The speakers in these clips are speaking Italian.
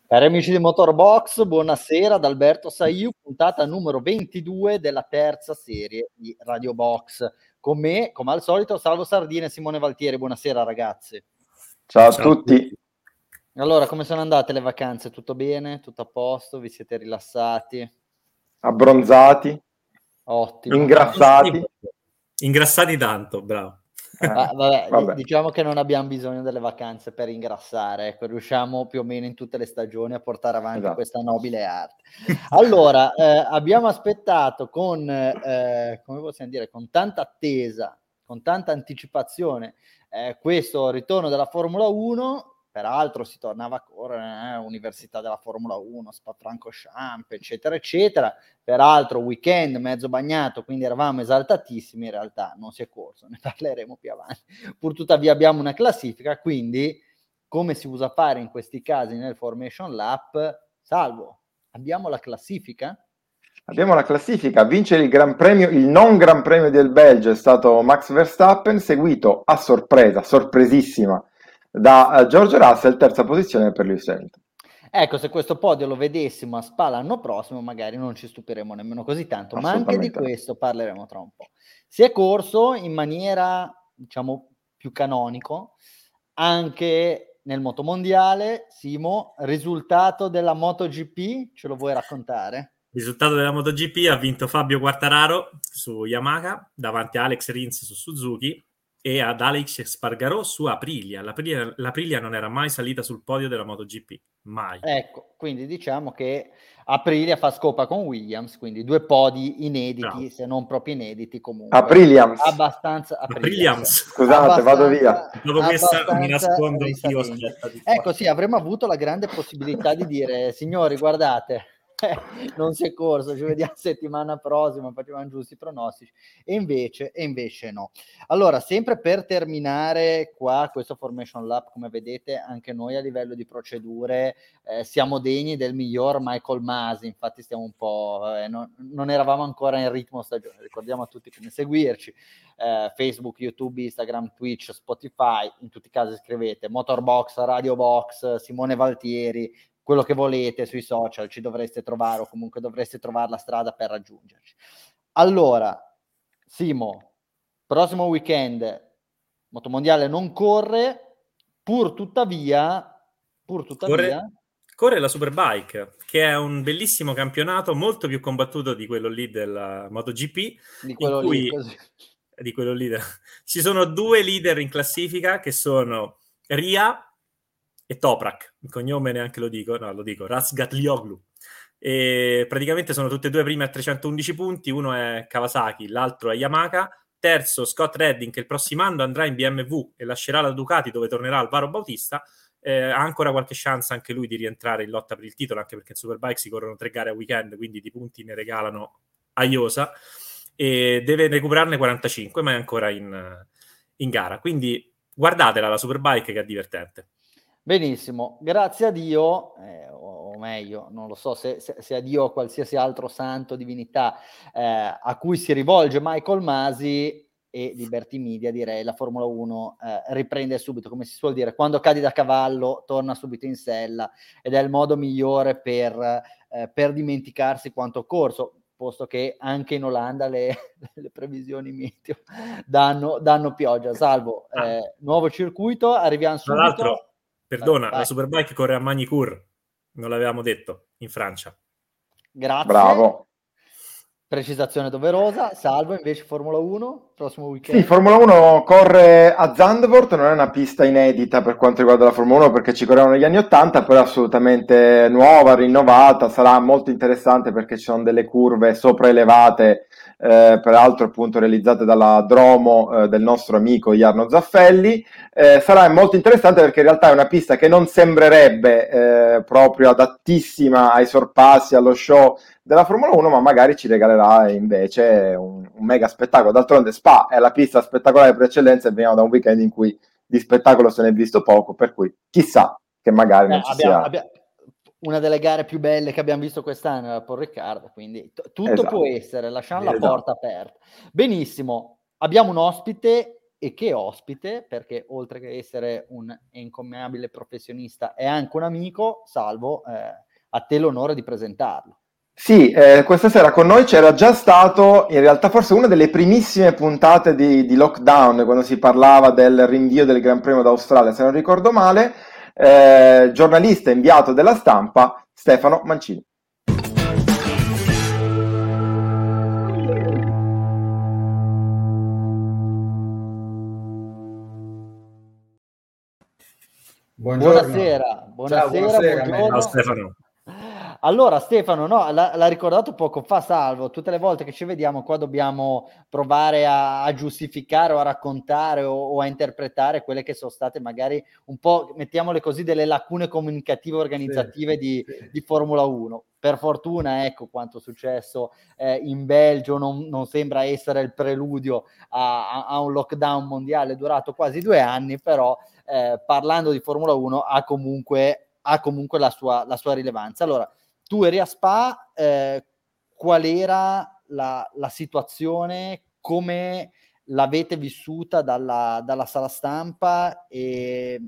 Cari amici di Motorbox, buonasera ad Alberto Saiu, puntata numero 22 della terza serie di Radio Box. Con me, come al solito, Salvo Sardine e Simone Valtieri. Buonasera ragazzi. Ciao a tutti. Allora, come sono andate le vacanze? Tutto bene? Tutto a posto? Vi siete rilassati? Abbronzati? Ottimo. Ingrassati? Ingrassati tanto, bravo. Vabbè. Diciamo che non abbiamo bisogno delle vacanze per ingrassare, ecco, riusciamo più o meno in tutte le stagioni a portare avanti questa nobile arte. Allora, abbiamo aspettato con, come possiamo dire, con tanta attesa, con tanta anticipazione, questo ritorno della Formula 1. Peraltro si tornava a correre, Università della Formula 1, Spa-Francorchamps, eccetera, eccetera. Peraltro weekend mezzo bagnato, quindi eravamo esaltatissimi, in realtà non si è corso, ne parleremo più avanti. Purtuttavia abbiamo una classifica, quindi come si usa fare in questi casi nel Formation Lap, Salvo, abbiamo la classifica? Abbiamo la classifica, a vincere il Gran Premio, il non Gran Premio del Belgio è stato Max Verstappen, seguito a sorpresa, sorpresissima, da George Russell, terza posizione per Lewis Hamilton. Ecco, se questo podio lo vedessimo a Spa l'anno prossimo, magari non ci stupiremo nemmeno così tanto, ma anche di questo parleremo tra un po'. Si è corso in maniera, diciamo, più canonico, anche nel motomondiale. Simo, risultato della MotoGP, ce lo vuoi raccontare? Risultato della MotoGP: ha vinto Fabio Quartararo su Yamaha davanti a Alex Rins su Suzuki e ad Alex Espargaró su Aprilia. L'Aprilia non era mai salita sul podio della MotoGP, mai. Ecco, quindi diciamo che Aprilia fa scopa con Williams, quindi due podi inediti, bravo, se non proprio inediti comunque. Apriliams. Abbastanza Apriliams. Scusate, vado via. Dopo questa mi nascondo anch'io. Ecco, sì, avremmo avuto la grande possibilità di dire, signori, guardate, non si è corso, ci vediamo settimana prossima, facevamo giusti i pronostici, e invece no. Allora, sempre per terminare qua questo Formation Lab, come vedete anche noi a livello di procedure siamo degni del miglior Michael Masi, infatti stiamo un po', non eravamo ancora in ritmo stagione, ricordiamo a tutti come seguirci, Facebook, YouTube, Instagram, Twitch, Spotify, in tutti i casi scrivete Motorbox, Radio Box, Simone Valtieri, quello che volete sui social, ci dovreste trovare o comunque dovreste trovare la strada per raggiungerci. Allora, Simo, prossimo weekend Motomondiale non corre, pur tuttavia corre la Superbike, che è un bellissimo campionato, molto più combattuto di quello lì della MotoGP, di quello in cui lì, così. Di quello leader. Ci sono due leader in classifica che sono Ria e Toprak, il cognome neanche lo dico, Razgatlioglu. E praticamente sono tutte e due prime a 311 punti, uno è Kawasaki, l'altro è Yamaha, terzo Scott Redding, che il prossimo anno andrà in BMW e lascerà la Ducati dove tornerà Alvaro Bautista. Ha ancora qualche chance anche lui di rientrare in lotta per il titolo, anche perché in Superbike si corrono 3 gare a weekend, quindi di punti ne regalano a iosa, e deve recuperarne 45, ma è ancora in gara, quindi guardatela la Superbike, che è divertente. Benissimo, grazie a Dio, o meglio, non lo so se a Dio o qualsiasi altro santo, divinità a cui si rivolge Michael Masi e Liberty Media, direi la Formula 1 riprende subito, come si suol dire, quando cadi da cavallo torna subito in sella, ed è il modo migliore per dimenticarsi quanto corso, posto che anche in Olanda le previsioni meteo danno pioggia. Salvo, nuovo circuito, arriviamo subito. Tra l'altro, perdona, la Superbike corre a Magny-Cours, non l'avevamo detto, in Francia. Grazie. Bravo. Precisazione doverosa. Salvo, invece Formula 1, prossimo weekend. Sì, Formula 1 corre a Zandvoort, non è una pista inedita per quanto riguarda la Formula 1 perché ci correvano negli anni 80, però è assolutamente nuova, rinnovata, sarà molto interessante perché ci sono delle curve sopraelevate, peraltro appunto realizzate dalla Dromo del nostro amico Jarno Zaffelli. Sarà molto interessante perché in realtà è una pista che non sembrerebbe proprio adattissima ai sorpassi, allo show della Formula 1, ma magari ci regalerà invece un mega spettacolo. D'altronde Spa è la pista spettacolare per eccellenza e veniamo da un weekend in cui di spettacolo se ne è visto poco, per cui chissà che magari non ci sia. Una delle gare più belle che abbiamo visto quest'anno era Paul Riccardo, quindi tutto può essere, lasciamo la porta aperta. Benissimo, abbiamo un ospite e che ospite, perché oltre che essere un incommensurabile professionista è anche un amico. Salvo, a te l'onore di presentarlo. Sì, questa sera con noi c'era già stato, in realtà forse una delle primissime puntate di Lockdown, quando si parlava del rinvio del Gran Premio d'Australia, se non ricordo male, giornalista inviato della Stampa, Stefano Mancini. Buonasera, Ciao, buonasera, buongiorno. Ciao Stefano. Allora Stefano, no, l'ha ricordato poco fa Salvo, tutte le volte che ci vediamo qua dobbiamo provare a giustificare o a raccontare o a interpretare quelle che sono state magari un po', mettiamole così, delle lacune comunicative organizzative di Formula 1. Per fortuna, ecco, quanto è successo in Belgio non sembra essere il preludio a un lockdown mondiale durato quasi 2 anni, però parlando di Formula 1 ha comunque la sua rilevanza. Allora, tu eri a Spa, qual era la situazione, come l'avete vissuta dalla sala stampa, e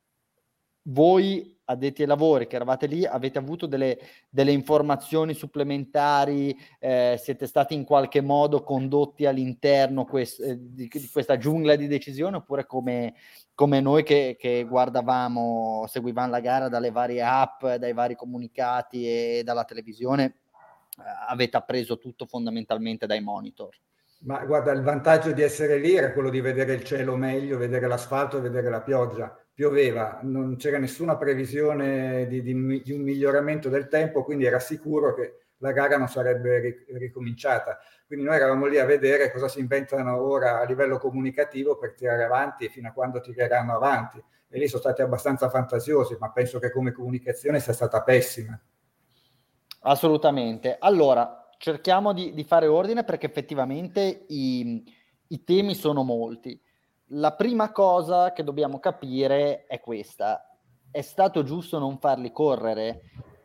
voi addetti ai lavori che eravate lì avete avuto delle informazioni supplementari, siete stati in qualche modo condotti all'interno di questa giungla di decisione, oppure come noi che guardavamo, seguivamo la gara dalle varie app, dai vari comunicati e dalla televisione, avete appreso tutto fondamentalmente dai monitor? Ma guarda, il vantaggio di essere lì era quello di vedere il cielo meglio, vedere l'asfalto e vedere la pioggia. Pioveva, non c'era nessuna previsione di un miglioramento del tempo, quindi era sicuro che la gara non sarebbe ricominciata. Quindi noi eravamo lì a vedere cosa si inventano ora a livello comunicativo per tirare avanti e fino a quando tireranno avanti. E lì sono stati abbastanza fantasiosi, ma penso che come comunicazione sia stata pessima. Assolutamente. Allora, cerchiamo di fare ordine, perché effettivamente i temi sono molti. La prima cosa che dobbiamo capire è questa: è stato giusto non farli correre?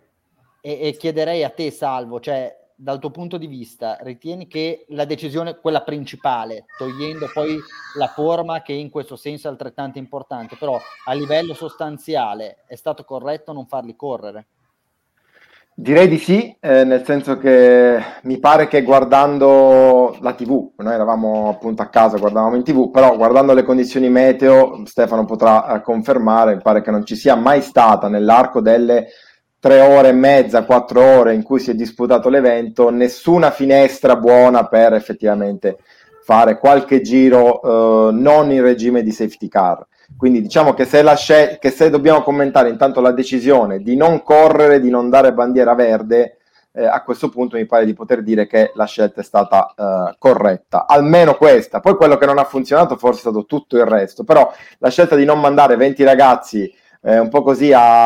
E chiederei a te, Salvo, cioè, dal tuo punto di vista, ritieni che la decisione, quella principale, togliendo poi la forma, che in questo senso è altrettanto importante, però a livello sostanziale è stato corretto non farli correre? Direi di sì, nel senso che mi pare che guardando la TV, noi eravamo appunto a casa, guardavamo in TV, però guardando le condizioni meteo, Stefano potrà confermare, mi pare che non ci sia mai stata nell'arco delle 3 ore e mezza, 4 ore in cui si è disputato l'evento, nessuna finestra buona per effettivamente fare qualche giro non in regime di safety car. Quindi diciamo che se dobbiamo commentare intanto la decisione di non correre, di non dare bandiera verde, a questo punto mi pare di poter dire che la scelta è stata corretta, almeno questa. Poi quello che non ha funzionato forse è stato tutto il resto, però la scelta di non mandare 20 ragazzi un po' così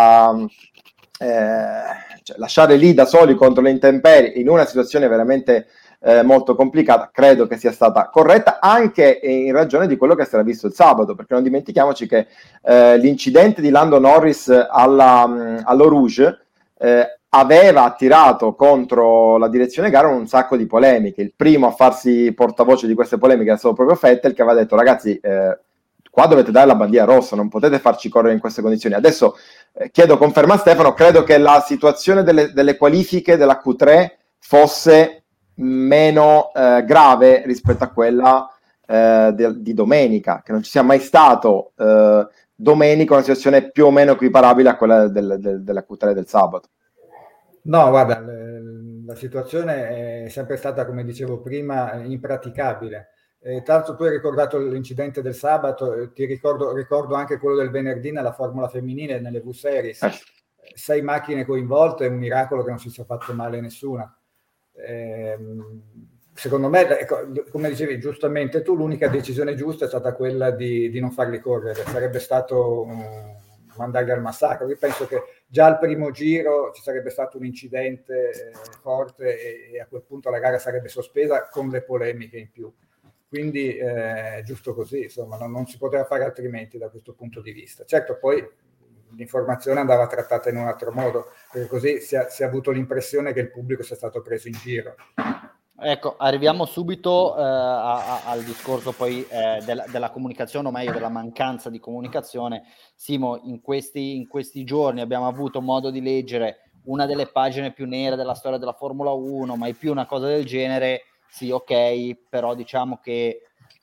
cioè lasciare lì da soli contro le intemperie in una situazione veramente molto complicata, credo che sia stata corretta, anche in ragione di quello che si era visto il sabato, perché non dimentichiamoci che l'incidente di Lando Norris all'Eau Rouge aveva attirato contro la direzione gara un sacco di polemiche. Il primo a farsi portavoce di queste polemiche è stato proprio Vettel, che aveva detto: ragazzi, qua dovete dare la bandiera rossa, non potete farci correre in queste condizioni. Adesso chiedo conferma a Stefano, credo che la situazione delle qualifiche della Q3 fosse meno grave rispetto a quella di domenica, che non ci sia mai stato domenica una situazione più o meno equiparabile a quella della Q3 del sabato. No, guarda, la situazione è sempre stata, come dicevo prima, impraticabile. Tra l'altro tu hai ricordato l'incidente del sabato, ti ricordo anche quello del venerdì nella Formula femminile, nelle V-Series. 6 macchine coinvolte, è un miracolo che non si sia fatto male nessuna. Secondo me, come dicevi giustamente tu, l'unica decisione giusta è stata quella di non farli correre. Sarebbe stato mandarli al massacro. Io penso che già al primo giro ci sarebbe stato un incidente forte e a quel punto la gara sarebbe sospesa con le polemiche in più. Quindi è giusto così, insomma, non si poteva fare altrimenti da questo punto di vista. Certo, poi l'informazione andava trattata in un altro modo, perché così si è avuto l'impressione che il pubblico sia stato preso in giro. Ecco, arriviamo subito al discorso poi della comunicazione, o meglio della mancanza di comunicazione. Simo, in questi giorni abbiamo avuto modo di leggere una delle pagine più nere della storia della Formula 1, mai più una cosa del genere. Sì, ok, però diciamo che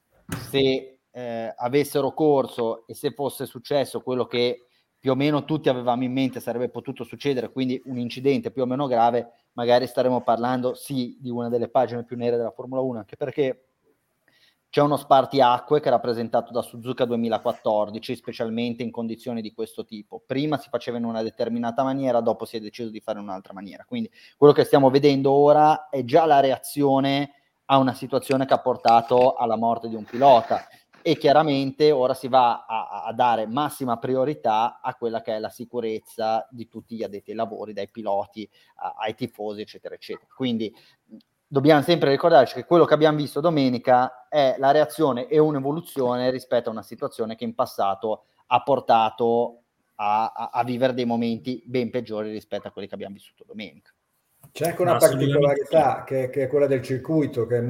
se avessero corso e se fosse successo quello che più o meno tutti avevamo in mente sarebbe potuto succedere, quindi un incidente più o meno grave, magari staremo parlando sì di una delle pagine più nere della Formula 1, anche perché c'è uno spartiacque che è rappresentato da Suzuka 2014, specialmente in condizioni di questo tipo. Prima si faceva in una determinata maniera, dopo si è deciso di fare in un'altra maniera. Quindi quello che stiamo vedendo ora è già la reazione a una situazione che ha portato alla morte di un pilota. E chiaramente ora si va a dare massima priorità a quella che è la sicurezza di tutti gli addetti ai lavori, dai piloti ai tifosi, eccetera, eccetera. Quindi dobbiamo sempre ricordarci che quello che abbiamo visto domenica è la reazione e un'evoluzione rispetto a una situazione che in passato ha portato a vivere dei momenti ben peggiori rispetto a quelli che abbiamo vissuto domenica. C'è anche una particolarità che è quella del circuito, che è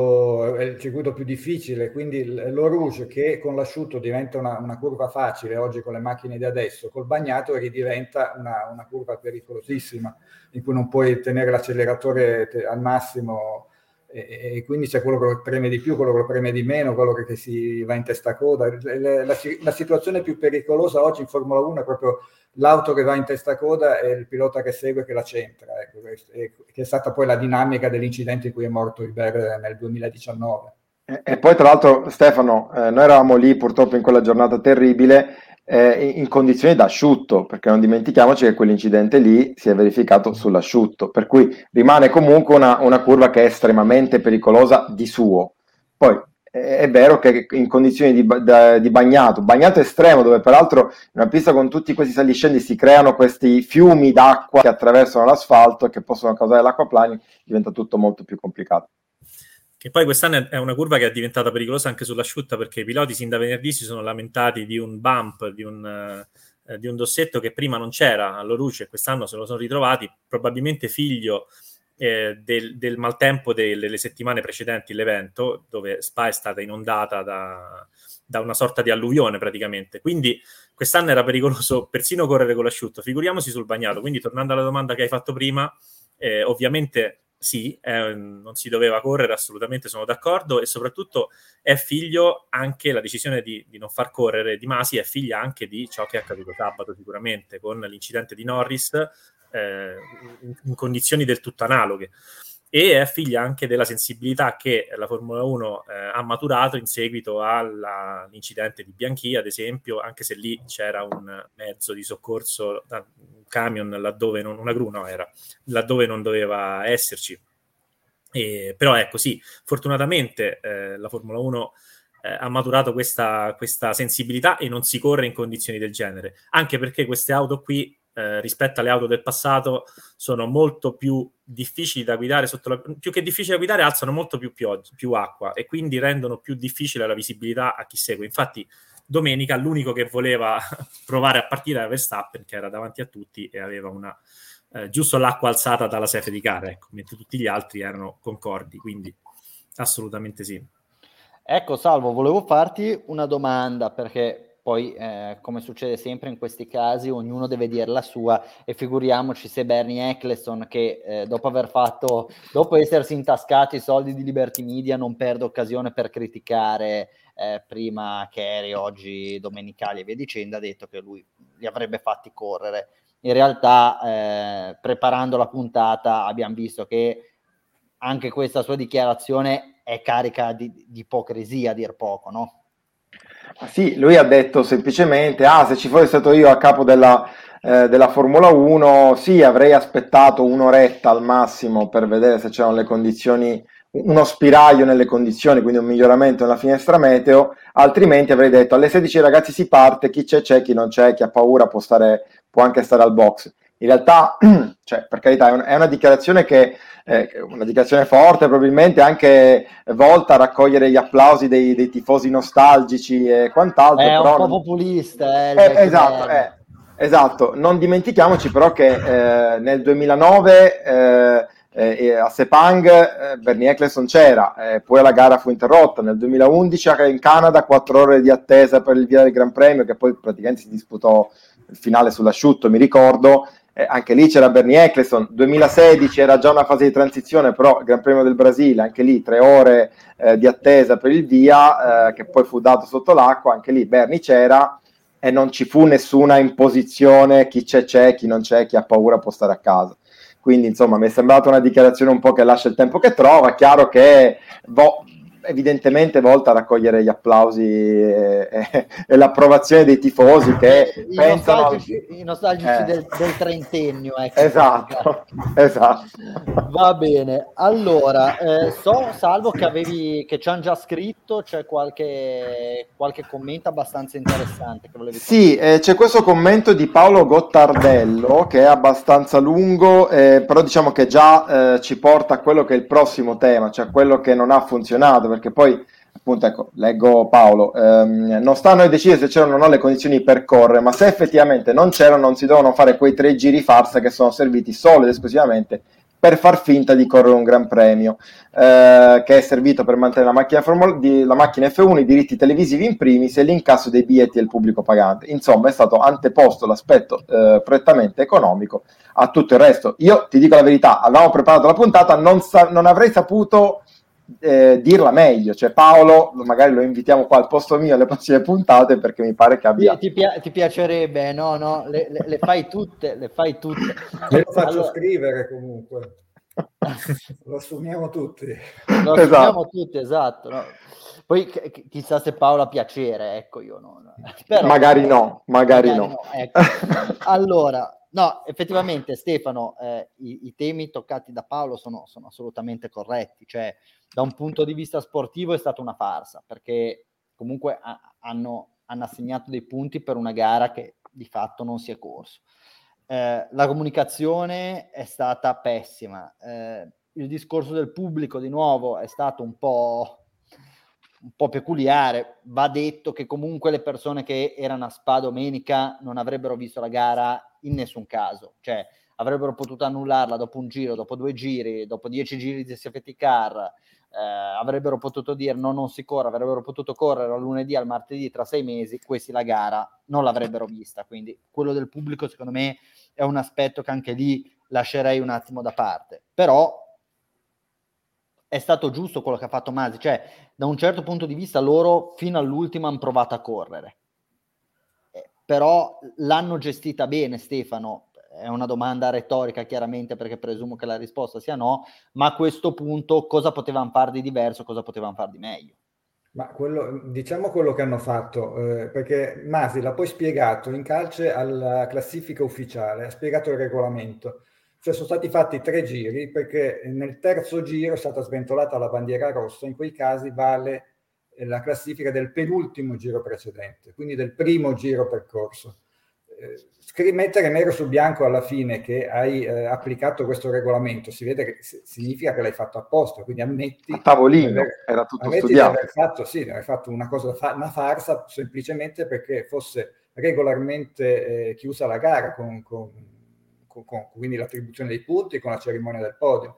il circuito più difficile, quindi l'Eau Rouge, che con l'asciutto diventa una curva facile oggi con le macchine di adesso, col bagnato ridiventa una curva pericolosissima, in cui non puoi tenere l'acceleratore al massimo, e quindi c'è quello che lo preme di più, quello che lo preme di meno, quello che si va in testa a coda. La situazione più pericolosa oggi in Formula 1 è proprio l'auto che va in testa a coda e il pilota che segue che la centra, ecco, che è stata poi la dinamica dell'incidente in cui è morto Hubert nel 2019. E poi tra l'altro Stefano, noi eravamo lì purtroppo in quella giornata terribile in condizioni d'asciutto, perché non dimentichiamoci che quell'incidente lì si è verificato sull'asciutto, per cui rimane comunque una curva che è estremamente pericolosa di suo. Poi è vero che in condizioni di bagnato estremo, dove peraltro in una pista con tutti questi saliscendi si creano questi fiumi d'acqua che attraversano l'asfalto e che possono causare l'acquaplaning, diventa tutto molto più complicato. Che poi quest'anno è una curva che è diventata pericolosa anche sull'asciutta, perché i piloti sin da venerdì si sono lamentati di un bump, di un dossetto che prima non c'era all'Eau Rouge, e quest'anno se lo sono ritrovati, probabilmente figlio del maltempo delle settimane precedenti l'evento, dove Spa è stata inondata da una sorta di alluvione praticamente. Quindi quest'anno era pericoloso persino correre con l'asciutto, figuriamoci sul bagnato. Quindi tornando alla domanda che hai fatto prima, ovviamente sì, non si doveva correre, assolutamente sono d'accordo, e soprattutto è figlio anche la decisione di non far correre Di Masi, è figlia anche di ciò che è accaduto sabato sicuramente con l'incidente di Norris in condizioni del tutto analoghe, e è figlia anche della sensibilità che la Formula 1 ha maturato in seguito all'incidente di Bianchi, ad esempio, anche se lì c'era un mezzo di soccorso, un camion laddove non, una gru no, era laddove non doveva esserci. Però è così, fortunatamente la Formula 1 ha maturato questa sensibilità e non si corre in condizioni del genere, anche perché queste auto qui rispetto alle auto del passato sono molto più difficili da guidare, più che difficili da guidare alzano molto più acqua, e quindi rendono più difficile la visibilità a chi segue. Infatti domenica l'unico che voleva provare a partire era Verstappen, che era davanti a tutti e aveva giusto l'acqua alzata dalla safety car, ecco, mentre tutti gli altri erano concordi, quindi assolutamente sì. Ecco Salvo, volevo farti una domanda, perché poi come succede sempre in questi casi ognuno deve dire la sua, e figuriamoci se Bernie Eccleston, che dopo essersi intascato i soldi di Liberty Media, non perde occasione per criticare prima Kerry, oggi domenicali e via dicendo, ha detto che lui li avrebbe fatti correre. In realtà preparando la puntata abbiamo visto che anche questa sua dichiarazione è carica di ipocrisia, a dir poco, no? Sì, lui ha detto semplicemente: se ci fossi stato io a capo della Formula 1, sì, avrei aspettato un'oretta al massimo per vedere se c'erano le condizioni, uno spiraglio nelle condizioni, quindi un miglioramento nella finestra meteo, altrimenti avrei detto alle 16 ragazzi si parte, chi c'è, chi non c'è, chi ha paura può anche stare al box. In realtà, cioè, per carità, è una dichiarazione una dichiarazione forte, probabilmente anche volta a raccogliere gli applausi dei tifosi nostalgici e quant'altro. È però un po' populista. Esatto. Non dimentichiamoci però che nel 2009 A Sepang Bernie Ecclestone c'era, poi la gara fu interrotta. Nel 2011 in Canada 4 ore di attesa per il via del Gran Premio, che poi praticamente si disputò il finale sull'asciutto, mi ricordo. Anche lì c'era Bernie Ecclestone. 2016 era già una fase di transizione, però il Gran Premio del Brasile, anche lì 3 ore di attesa per il via, che poi fu dato sotto l'acqua. Anche lì Bernie c'era e non ci fu nessuna imposizione, chi c'è, chi non c'è, chi ha paura può stare a casa. Quindi insomma mi è sembrata una dichiarazione un po' che lascia il tempo che trova. Chiaro che evidentemente volta a raccogliere gli applausi e l'approvazione dei tifosi che pensano i nostalgici del trentennio, ecco. Esatto. Va bene, allora Salvo che ci hanno già scritto, c'è qualche commento abbastanza interessante che volevi c'è questo commento di Paolo Gottardello che è abbastanza lungo, però diciamo che già ci porta a quello che è il prossimo tema, cioè quello che non ha funzionato, perché poi appunto, ecco, leggo Paolo, non sta a noi decidere se c'erano o no le condizioni per correre, ma se effettivamente non c'erano non si devono fare quei 3 giri farsa che sono serviti solo ed esclusivamente per far finta di correre un gran premio, che è servito per mantenere la macchina F1, i diritti televisivi in primis e l'incasso dei biglietti del pubblico pagante. Insomma, è stato anteposto l'aspetto prettamente economico a tutto il resto. Io ti dico la verità, avevamo preparato la puntata, non avrei saputo dirla meglio, cioè Paolo magari lo invitiamo qua al posto mio alle prossime puntate, perché mi pare che abbia ti piacerebbe, no, le fai tutte Io lo faccio scrivere comunque. Lo assumiamo tutti, esatto, no? Poi chissà se Paolo ha piacere, ecco, io no. Però, magari no. Ecco. Allora, no, effettivamente Stefano, i temi toccati da Paolo sono assolutamente corretti, cioè da un punto di vista sportivo è stata una farsa, perché comunque hanno assegnato dei punti per una gara che di fatto non si è corso. La comunicazione è stata pessima, il discorso del pubblico di nuovo è stato un po' peculiare. Va detto che comunque le persone che erano a Spa domenica non avrebbero visto la gara in nessun caso, cioè avrebbero potuto annullarla dopo un giro, dopo 2 giri, dopo 10 giri di safety car, avrebbero potuto dire no, non si corre, avrebbero potuto correre dal lunedì al martedì tra 6 mesi, questi la gara non l'avrebbero vista. Quindi quello del pubblico secondo me è un aspetto che anche lì lascerei un attimo da parte, però è stato giusto quello che ha fatto Masi, cioè da un certo punto di vista loro fino all'ultimo hanno provato a correre, però l'hanno gestita bene. Stefano, è una domanda retorica chiaramente, perché presumo che la risposta sia no, ma a questo punto cosa potevano fare di diverso, cosa potevano fare di meglio? Ma diciamo quello che hanno fatto, perché Masi l'ha poi spiegato in calce alla classifica ufficiale, ha spiegato il regolamento. Cioè sono stati fatti 3 giri, perché nel terzo giro è stata sventolata la bandiera rossa. In quei casi vale la classifica del penultimo giro precedente, quindi del primo giro percorso. Mettere nero su bianco alla fine che hai applicato questo regolamento, si vede che significa che l'hai fatto apposta, quindi ammetti a tavolino, era tutto studiato. Di aver fatto una cosa, una farsa, semplicemente perché fosse regolarmente chiusa la gara con quindi l'attribuzione dei punti, con la cerimonia del podio.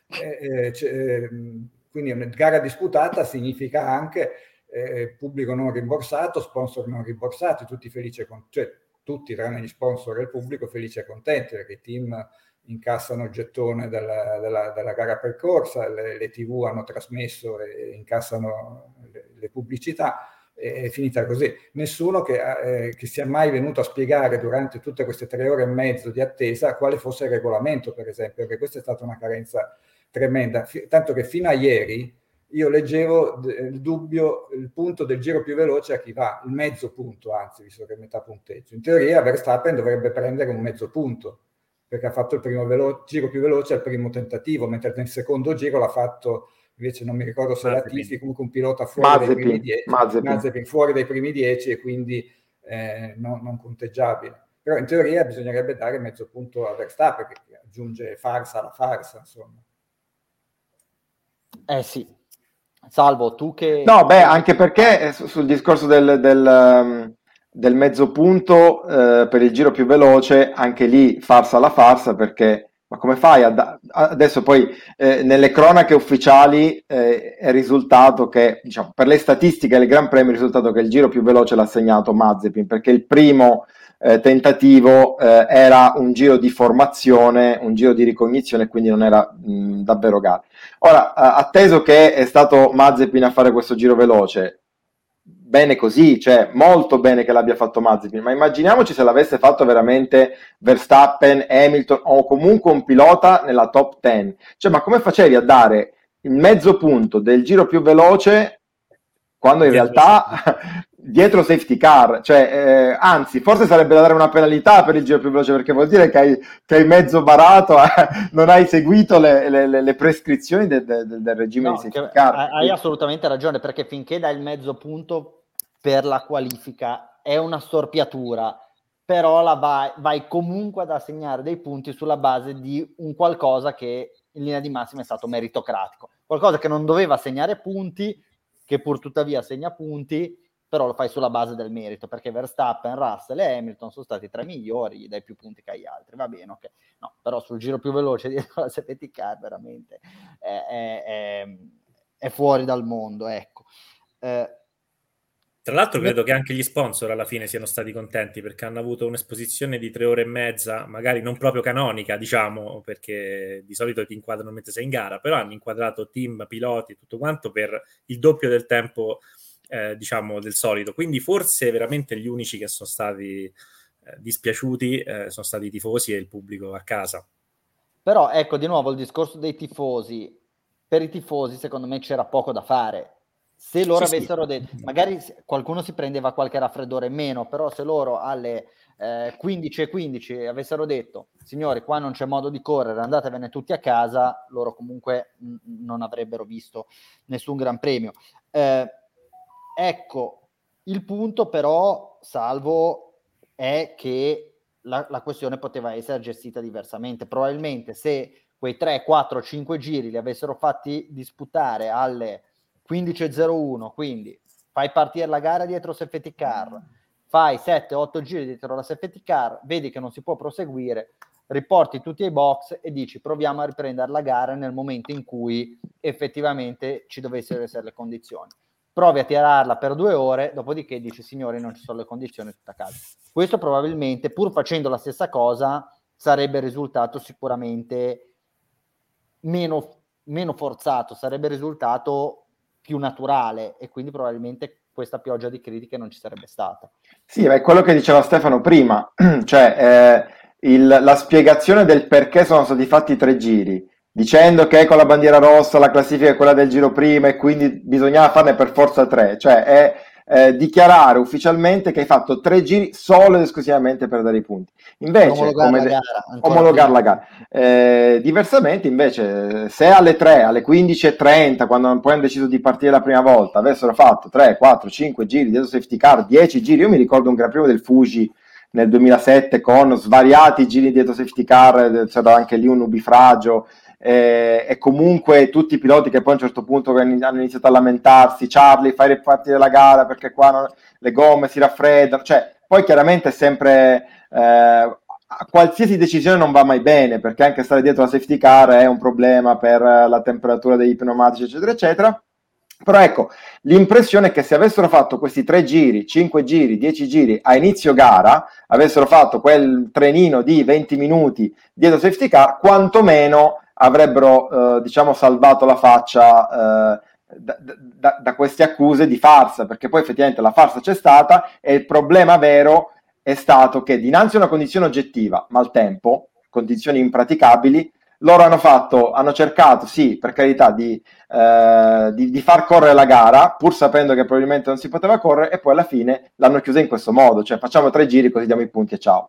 Quindi una gara disputata significa anche pubblico non rimborsato, sponsor non rimborsati, tutti felici, cioè tutti tranne gli sponsor e il pubblico felici e contenti, perché i team incassano il gettone della gara percorsa, le TV hanno trasmesso e incassano le pubblicità. È finita così. Nessuno che sia mai venuto a spiegare durante tutte queste 3 ore e mezzo di attesa quale fosse il regolamento, per esempio, perché questa è stata una carenza tremenda, tanto che fino a ieri io leggevo il dubbio, il punto del giro più veloce a chi va, il mezzo punto, anzi, visto che è metà punteggio. In teoria Verstappen dovrebbe prendere un mezzo punto, perché ha fatto il primo giro più veloce al primo tentativo, mentre nel secondo giro l'ha fatto, invece non mi ricordo se Latifi, comunque un pilota fuori dai primi 10, Mazepin fuori dai primi 10 e quindi non conteggiabile. Però in teoria bisognerebbe dare mezzo punto a Verstappen, che aggiunge farsa alla farsa, insomma. Sì. Salvo, tu che... No, anche perché sul discorso del mezzo punto per il giro più veloce, anche lì farsa alla farsa, perché ma come fai adesso poi nelle cronache ufficiali è risultato che, diciamo, per le statistiche del Gran Premio è risultato che il giro più veloce l'ha segnato Mazepin, perché il primo tentativo era un giro di formazione, un giro di ricognizione, quindi non era davvero gara. Ora, atteso che è stato Mazepin a fare questo giro veloce, bene così, cioè molto bene che l'abbia fatto Mazepin, ma immaginiamoci se l'avesse fatto veramente Verstappen, Hamilton o comunque un pilota nella top 10, cioè ma come facevi a dare il mezzo punto del giro più veloce quando in realtà dietro safety car, cioè anzi forse sarebbe da dare una penalità per il giro più veloce, perché vuol dire che hai mezzo barato, non hai seguito le prescrizioni del regime di safety car. Hai assolutamente ragione, perché finché dai il mezzo punto per la qualifica è una storpiatura, però vai comunque ad assegnare dei punti sulla base di un qualcosa che in linea di massima è stato meritocratico, qualcosa che non doveva segnare punti, che pur tuttavia segna punti, però lo fai sulla base del merito, perché Verstappen, Russell e Hamilton sono stati tra i migliori, gli dai più punti che agli altri, va bene, ok. No, però sul giro più veloce dietro la safety car veramente è fuori dal mondo, ecco. Tra l'altro credo che anche gli sponsor alla fine siano stati contenti, perché hanno avuto un'esposizione di 3 ore e mezza, magari non proprio canonica, diciamo, perché di solito ti inquadrano mentre sei in gara, però hanno inquadrato team, piloti e tutto quanto per il doppio del tempo, diciamo, del solito. Quindi forse veramente gli unici che sono stati dispiaciuti sono stati i tifosi e il pubblico a casa. Però ecco, di nuovo il discorso dei tifosi. Per i tifosi secondo me c'era poco da fare. Se loro avessero detto, magari qualcuno si prendeva qualche raffreddore in meno, però se loro alle 15:15 avessero detto, signori, qua non c'è modo di correre, andatevene tutti a casa, loro comunque non avrebbero visto nessun gran premio. Ecco, il punto però, Salvo, è che la questione poteva essere gestita diversamente. Probabilmente se quei 3, 4, 5 giri li avessero fatti disputare alle 15:01, quindi fai partire la gara dietro safety car, fai 7-8 giri dietro la safety car, vedi che non si può proseguire, riporti tutti ai box e dici proviamo a riprendere la gara nel momento in cui effettivamente ci dovessero essere le condizioni. Provi a tirarla per 2 ore, dopodiché dici signori non ci sono le condizioni, tutta a casa. Questo probabilmente, pur facendo la stessa cosa, sarebbe risultato sicuramente meno forzato, sarebbe risultato più naturale, e quindi probabilmente questa pioggia di critiche non ci sarebbe stata. Sì, è quello che diceva Stefano prima, cioè la spiegazione del perché sono stati fatti 3 giri, dicendo che con la bandiera rossa la classifica è quella del giro prima e quindi bisognava farne per forza 3, cioè è dichiarare ufficialmente che hai fatto 3 giri solo ed esclusivamente per dare i punti. Invece, omologare la gara. Diversamente, invece, se alle 3, alle 15:30, quando poi hanno deciso di partire la prima volta, avessero fatto 3, 4, 5 giri dietro safety car, 10 giri, io mi ricordo un Gran Premio del Fuji nel 2007 con svariati giri dietro safety car, c'era anche lì un nubifragio, e comunque tutti i piloti che poi a un certo punto hanno iniziato a lamentarsi, Charlie fai ripartire la gara perché qua le gomme si raffreddano, cioè poi chiaramente è sempre qualsiasi decisione non va mai bene, perché anche stare dietro la safety car è un problema per la temperatura dei pneumatici eccetera eccetera. Però ecco, l'impressione è che se avessero fatto questi 3 giri, 5 giri, 10 giri a inizio gara, avessero fatto quel trenino di 20 minuti dietro safety car, quantomeno avrebbero diciamo salvato la faccia da queste accuse di farsa, perché poi effettivamente la farsa c'è stata e il problema vero è stato che dinanzi a una condizione oggettiva, maltempo, condizioni impraticabili, loro hanno cercato, sì, per carità, di far correre la gara, pur sapendo che probabilmente non si poteva correre, e poi alla fine l'hanno chiusa in questo modo, cioè facciamo 3 giri così diamo i punti e ciao.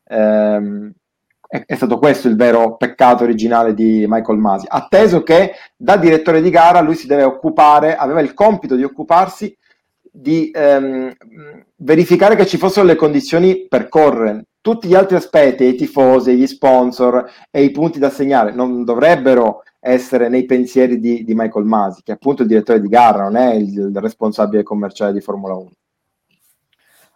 È stato questo il vero peccato originale di Michael Masi, atteso che da direttore di gara lui si deve occupare, aveva il compito di occuparsi di verificare che ci fossero le condizioni per correre. Tutti gli altri aspetti, i tifosi, gli sponsor e i punti da assegnare non dovrebbero essere nei pensieri di Michael Masi, che è appunto il direttore di gara, non è il responsabile commerciale di Formula 1.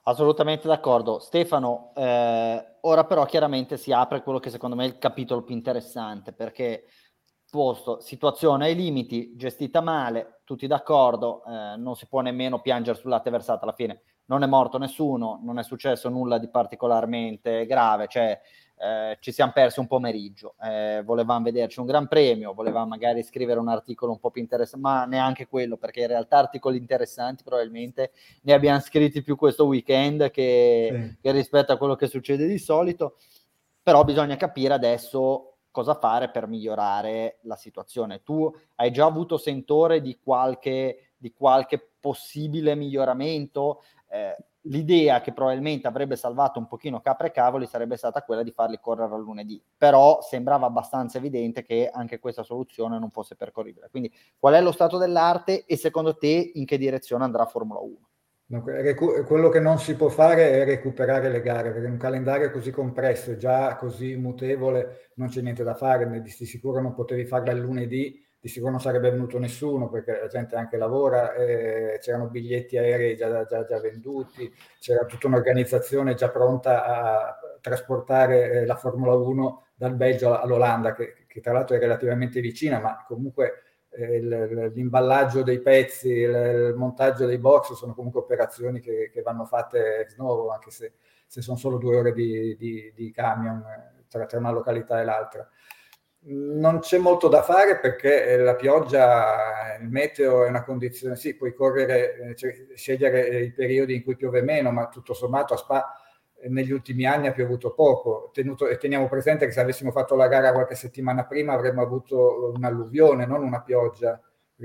Assolutamente d'accordo. Stefano, ora però chiaramente si apre quello che secondo me è il capitolo più interessante, perché posto situazione ai limiti, gestita male, tutti d'accordo, non si può nemmeno piangere sul latte versato. Alla fine non è morto nessuno, non è successo nulla di particolarmente grave, cioè ci siamo persi un pomeriggio, volevamo vederci un gran premio, volevamo magari scrivere un articolo un po' più interessante, ma neanche quello, perché in realtà articoli interessanti probabilmente ne abbiamo scritti più questo weekend che rispetto a quello che succede di solito, però bisogna capire adesso cosa fare per migliorare la situazione. Tu hai già avuto sentore di qualche possibile miglioramento? L'idea che probabilmente avrebbe salvato un pochino capre e cavoli sarebbe stata quella di farli correre al lunedì, però sembrava abbastanza evidente che anche questa soluzione non fosse percorribile. Quindi qual è lo stato dell'arte e secondo te in che direzione andrà Formula 1? Quello che non si può fare è recuperare le gare, perché un calendario così compresso, già così mutevole, non c'è niente da fare. Di sicuro non potevi farla il lunedì, di sicuro non sarebbe venuto nessuno, perché la gente anche lavora, c'erano biglietti aerei già venduti, c'era tutta un'organizzazione già pronta a trasportare la Formula 1 dal Belgio all'Olanda, che tra l'altro è relativamente vicina, ma comunque l'imballaggio dei pezzi, il montaggio dei box sono comunque operazioni che vanno fatte ex novo, anche se sono solo 2 ore di camion tra una località e l'altra. Non c'è molto da fare perché la pioggia, il meteo è una condizione, sì, puoi correre, scegliere i periodi in cui piove meno, ma tutto sommato a Spa negli ultimi anni ha piovuto poco, e teniamo presente che se avessimo fatto la gara qualche settimana prima avremmo avuto un'alluvione, non una pioggia.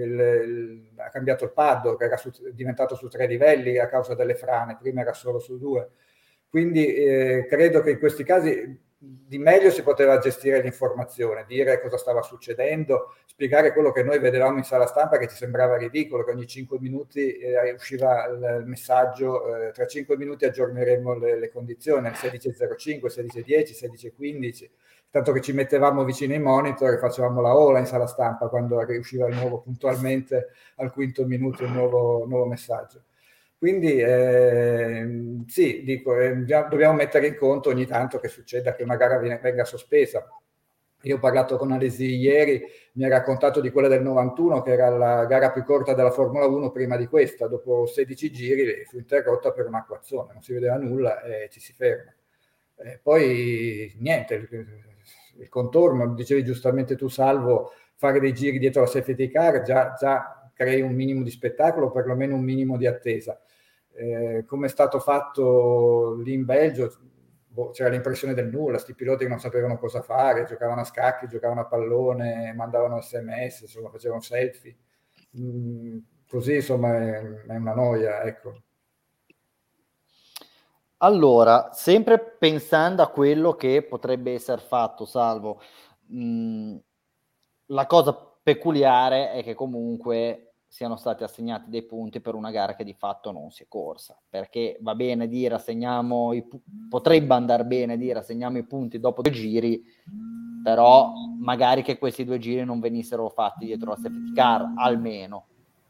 Ha cambiato il paddock, era diventato su 3 livelli a causa delle frane, prima era solo su 2. Quindi credo che in questi casi di meglio si poteva gestire l'informazione, dire cosa stava succedendo, spiegare quello che noi vedevamo in sala stampa, che ci sembrava ridicolo, che ogni 5 minuti usciva il messaggio, tra 5 minuti aggiorneremo le condizioni, alle 16.05, 16.10, 16.15, tanto che ci mettevamo vicino ai monitor e facevamo la ola in sala stampa quando usciva il nuovo, puntualmente al quinto minuto, il nuovo messaggio. Quindi sì, dico, dobbiamo mettere in conto ogni tanto che succeda che una gara venga sospesa. Io ho parlato con Alesi ieri, mi ha raccontato di quella del 91, che era la gara più corta della Formula 1 prima di questa. Dopo 16 giri fu interrotta per un'acquazzone, non si vedeva nulla e ci si ferma. Poi niente, il contorno, dicevi giustamente tu Salvo, fare dei giri dietro la safety car già crei un minimo di spettacolo, perlomeno un minimo di attesa. Come è stato fatto lì in Belgio, c'era l'impressione del nulla, sti piloti che non sapevano cosa fare, giocavano a scacchi, giocavano a pallone, mandavano SMS, insomma facevano selfie, così insomma è una noia, ecco. Allora, sempre pensando a quello che potrebbe essere fatto, Salvo, la cosa peculiare è che comunque siano stati assegnati dei punti per una gara che di fatto non si è corsa, perché va bene dire assegniamo potrebbe andare bene dire assegniamo i punti dopo 2 giri, però magari che questi 2 giri non venissero fatti dietro la safety car, almeno.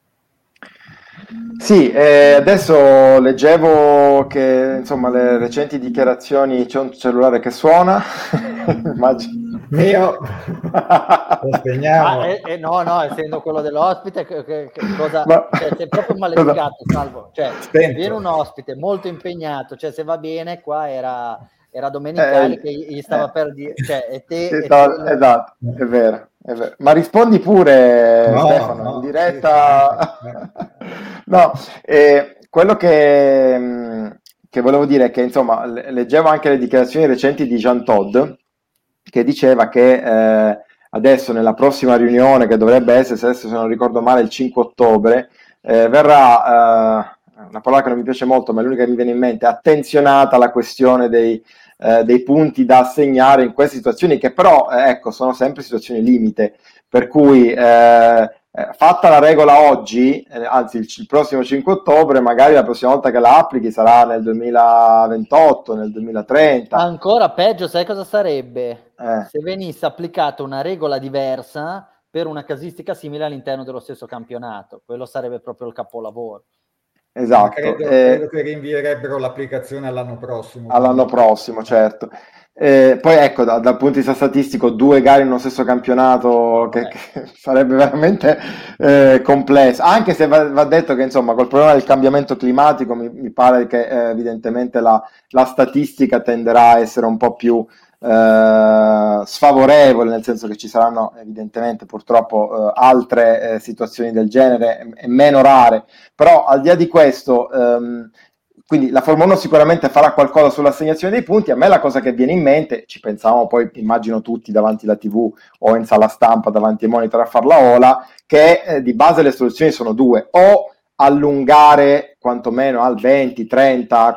Sì, adesso leggevo che insomma le recenti dichiarazioni, c'è un cellulare che suona, immagino. Mio, lo spegniamo. No, essendo quello dell'ospite, cosa, cioè, sei proprio maleducato, Salvo. Cioè, viene un ospite molto impegnato, cioè se va bene, qua era Domenicali che gli stava per dire, cioè, e te... Esatto, è vero. Ma rispondi pure, Stefano, in diretta. No, quello che volevo dire è che, insomma, leggevo anche le dichiarazioni recenti di Jean Todt, che diceva che adesso nella prossima riunione, che dovrebbe essere, se non ricordo male, il 5 ottobre, verrà, una parola che non mi piace molto, ma è l'unica che mi viene in mente, attenzionata la questione dei punti da assegnare in queste situazioni, che però ecco, sono sempre situazioni limite, per cui fatta la regola oggi, anzi il prossimo 5 ottobre, magari la prossima volta che la applichi sarà nel 2028, nel 2030. Ancora peggio, sai cosa sarebbe? Se venisse applicata una regola diversa per una casistica simile all'interno dello stesso campionato, quello sarebbe proprio il capolavoro. Esatto. Credo che rinvierebbero l'applicazione all'anno prossimo. All'anno prossimo, certo. Poi ecco, dal punto di vista statistico, 2 gare in uno stesso campionato che sarebbe veramente complesso, anche se va detto che insomma col problema del cambiamento climatico mi pare che evidentemente la statistica tenderà a essere un po' più sfavorevole, nel senso che ci saranno evidentemente purtroppo altre situazioni del genere e meno rare, però al di là di questo quindi la Formula 1 sicuramente farà qualcosa sull'assegnazione dei punti. A me la cosa che viene in mente, ci pensavamo poi, immagino tutti davanti alla TV o in sala stampa davanti ai monitor a far la ola, che di base le soluzioni sono due: o allungare quantomeno al 20, 30,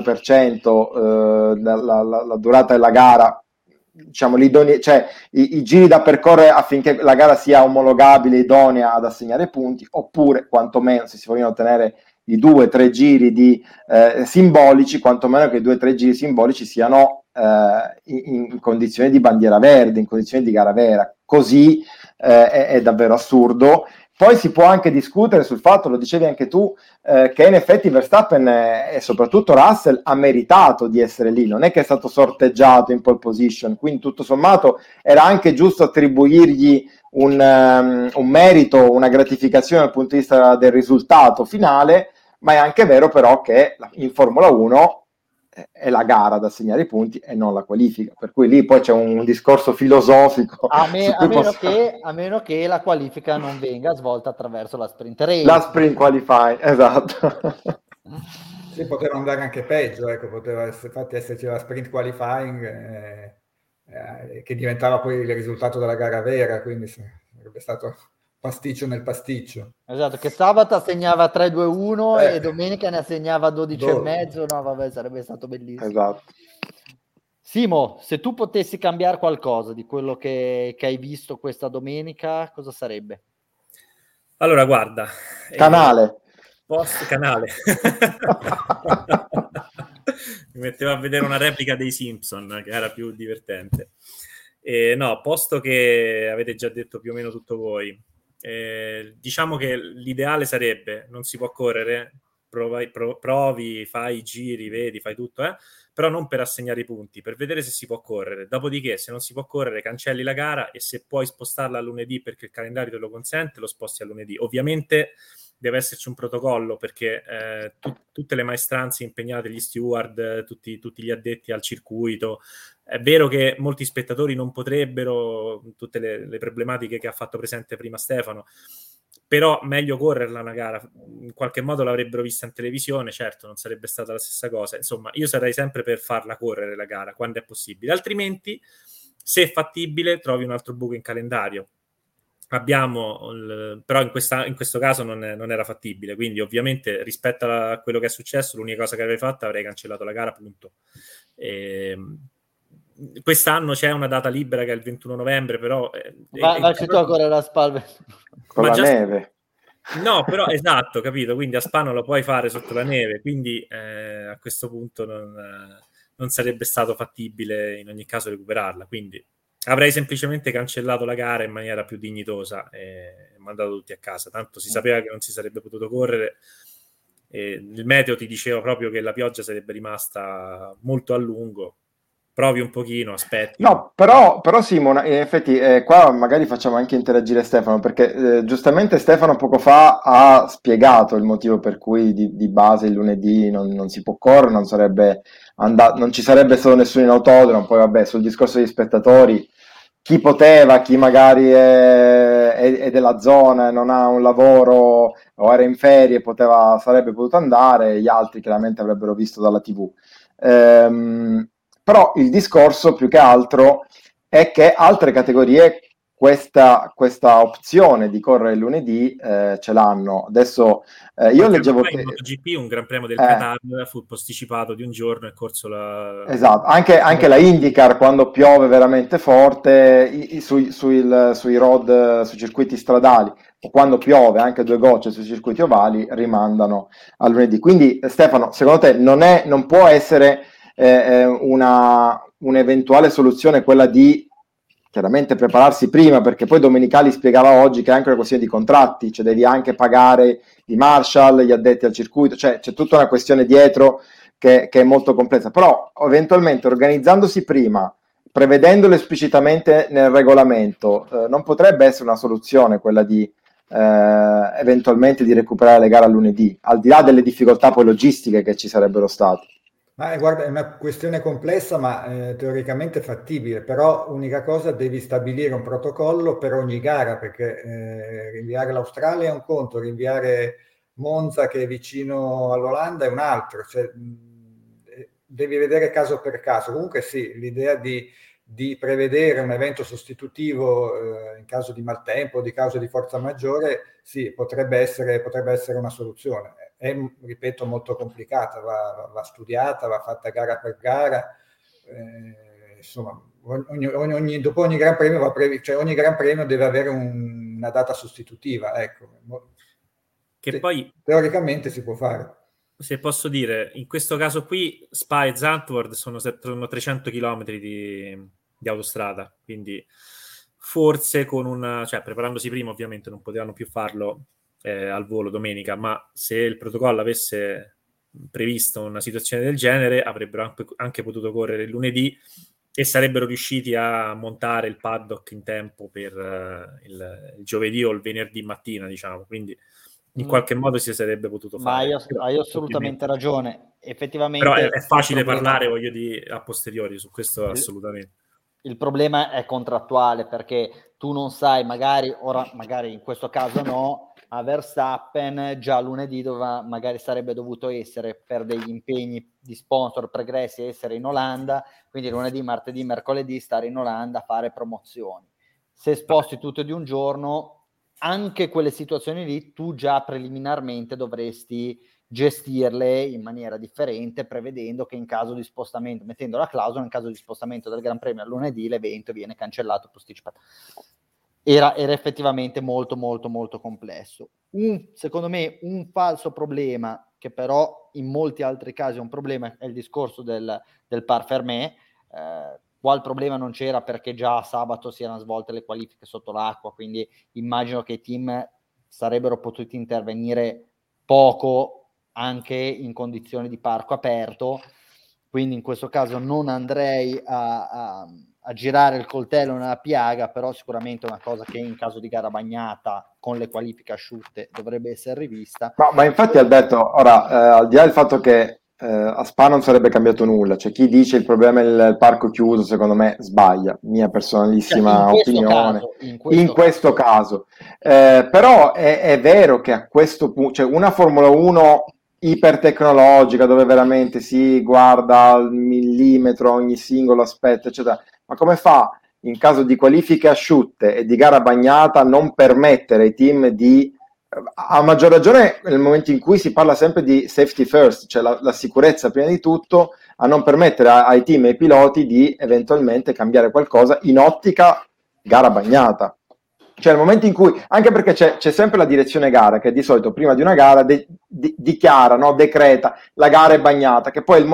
40% la durata della gara, diciamo cioè i giri da percorrere affinché la gara sia omologabile, idonea ad assegnare punti, oppure quantomeno, se si vogliono ottenere i 2-3 giri simbolici, quantomeno che i 2-3 giri simbolici siano in condizioni di bandiera verde, in condizioni di gara vera. Così è davvero assurdo. Poi si può anche discutere sul fatto, lo dicevi anche tu, che in effetti Verstappen e soprattutto Russell ha meritato di essere lì, non è che è stato sorteggiato in pole position, quindi tutto sommato era anche giusto attribuirgli un merito, una gratificazione dal punto di vista del risultato finale, ma è anche vero però che in Formula 1 è la gara da assegnare i punti e non la qualifica, per cui lì poi c'è un discorso filosofico. A meno che la qualifica non venga svolta attraverso la sprint race. La sprint qualifying, esatto. Sì, poteva andare anche peggio, ecco, poteva infatti esserci la sprint qualifying che diventava poi il risultato della gara vera, quindi sarebbe stato pasticcio nel pasticcio. Esatto, che sabato assegnava 3-2-1 e domenica ne assegnava 12,5. No, vabbè, sarebbe stato bellissimo. Esatto. Simo, se tu potessi cambiare qualcosa di quello che hai visto questa domenica, cosa sarebbe? Allora, guarda. Canale. Canale. Mi mettevo a vedere una replica dei Simpson, che era più divertente. No, posto che avete già detto più o meno tutto voi, diciamo che l'ideale sarebbe: non si può correre, provi, fai i giri, vedi, fai tutto, però non per assegnare i punti, per vedere se si può correre. Dopodiché, se non si può correre, cancelli la gara, e se puoi spostarla a lunedì perché il calendario te lo consente, lo sposti a lunedì. Ovviamente deve esserci un protocollo, perché tutte le maestranze impegnate, gli steward, tutti gli addetti al circuito, è vero che molti spettatori non potrebbero, tutte le problematiche che ha fatto presente prima Stefano, però meglio correrla una gara, in qualche modo l'avrebbero vista in televisione, certo non sarebbe stata la stessa cosa. Insomma, io sarei sempre per farla correre la gara quando è possibile, altrimenti, se è fattibile, trovi un altro buco in calendario. Però in questo caso non era fattibile, quindi ovviamente rispetto a quello che è successo, l'unica cosa che avrei fatto, avrei cancellato la gara, punto. Quest'anno c'è una data libera che è il 21 novembre, però Vacci tu a correre a Spa con la neve. No, però esatto, capito, quindi a Spa non lo puoi fare sotto la neve, quindi a questo punto non sarebbe stato fattibile in ogni caso recuperarla, quindi avrei semplicemente cancellato la gara in maniera più dignitosa e mandato tutti a casa, tanto si sapeva che non si sarebbe potuto correre. Il meteo ti diceva proprio che la pioggia sarebbe rimasta molto a lungo. Provi un pochino, aspetti. No, però Simona, in effetti qua magari facciamo anche interagire Stefano, perché giustamente Stefano poco fa ha spiegato il motivo per cui di base il lunedì non si può correre, non ci sarebbe stato nessuno in autodromo. Poi vabbè, sul discorso degli spettatori, chi poteva, chi magari è della zona e non ha un lavoro o era in ferie, sarebbe potuto andare, gli altri chiaramente avrebbero visto dalla TV. Però il discorso più che altro è che altre categorie questa opzione di correre il lunedì ce l'hanno. Adesso io leggevo che in MotoGP un Gran Premio del Qatar fu posticipato di un giorno e corso la... Esatto, anche la IndyCar, quando piove veramente forte sui circuiti stradali, o quando piove anche 2 gocce sui circuiti ovali, rimandano al lunedì. Quindi Stefano, secondo te non può essere un'eventuale soluzione quella di chiaramente prepararsi prima, perché poi Domenicali spiegava oggi che è anche una questione di contratti, cioè devi anche pagare i marshal, gli addetti al circuito, cioè c'è tutta una questione dietro che è molto complessa, però eventualmente organizzandosi prima, prevedendolo esplicitamente nel regolamento, non potrebbe essere una soluzione quella di eventualmente di recuperare le gare a lunedì, al di là delle difficoltà poi logistiche che ci sarebbero state. Ma guarda, è una questione complessa, ma teoricamente fattibile, però unica cosa, devi stabilire un protocollo per ogni gara, perché rinviare l'Australia è un conto, rinviare Monza che è vicino all'Olanda è un altro, cioè, devi vedere caso per caso. Comunque sì, l'idea di prevedere un evento sostitutivo in caso di maltempo, di causa di forza maggiore, sì, potrebbe essere una soluzione. È, ripeto, molto complicata, va studiata, va fatta gara per gara, insomma, dopo ogni Gran Premio cioè ogni Gran Premio deve avere una data sostitutiva, ecco. Che sì, poi teoricamente si può fare. Se posso dire, in questo caso qui Spa e Zandvoort sono 300 km di autostrada, quindi forse cioè preparandosi prima ovviamente non potevano più farlo al volo domenica, ma se il protocollo avesse previsto una situazione del genere avrebbero anche potuto correre il lunedì e sarebbero riusciti a montare il paddock in tempo per il giovedì o il venerdì mattina, diciamo, quindi in qualche modo si sarebbe potuto fare. Ma hai assolutamente ragione. Effettivamente, però è facile parlare, voglio dire, a posteriori, su questo assolutamente. Il problema è contrattuale, perché tu non sai, magari in questo caso no, a Verstappen già lunedì magari sarebbe dovuto essere, per degli impegni di sponsor pregressi, essere in Olanda, quindi lunedì, martedì, mercoledì stare in Olanda a fare promozioni. Se sposti tutto di un giorno, anche quelle situazioni lì tu già preliminarmente dovresti gestirle in maniera differente, prevedendo che in caso di spostamento, mettendo la clausola, in caso di spostamento del Gran Premio a lunedì l'evento viene cancellato, posticipato. Era effettivamente molto molto molto complesso. Secondo me un falso problema, che però in molti altri casi è un problema, è il discorso del par fermé. Qua il problema non c'era perché già sabato si erano svolte le qualifiche sotto l'acqua, quindi immagino che i team sarebbero potuti intervenire poco anche in condizioni di parco aperto, quindi in questo caso non andrei a girare il coltello nella piaga, però sicuramente è una cosa che in caso di gara bagnata con le qualifiche asciutte dovrebbe essere rivista. Ma infatti Alberto, ora al di là del fatto che a Spa non sarebbe cambiato nulla, c'è chi dice il problema è il parco chiuso, secondo me sbaglia, mia personalissima opinione, in questo caso. Però è vero che a questo punto, cioè una Formula 1 ipertecnologica dove veramente si guarda al millimetro ogni singolo aspetto, eccetera, ma come fa in caso di qualifiche asciutte e di gara bagnata non permettere ai team di, a maggior ragione nel momento in cui si parla sempre di safety first, cioè la sicurezza prima di tutto, a non permettere ai team e ai piloti di eventualmente cambiare qualcosa in ottica gara bagnata. Cioè il momento in cui, anche perché c'è sempre la direzione gara che di solito prima di una gara dichiara, no, decreta la gara è bagnata, che poi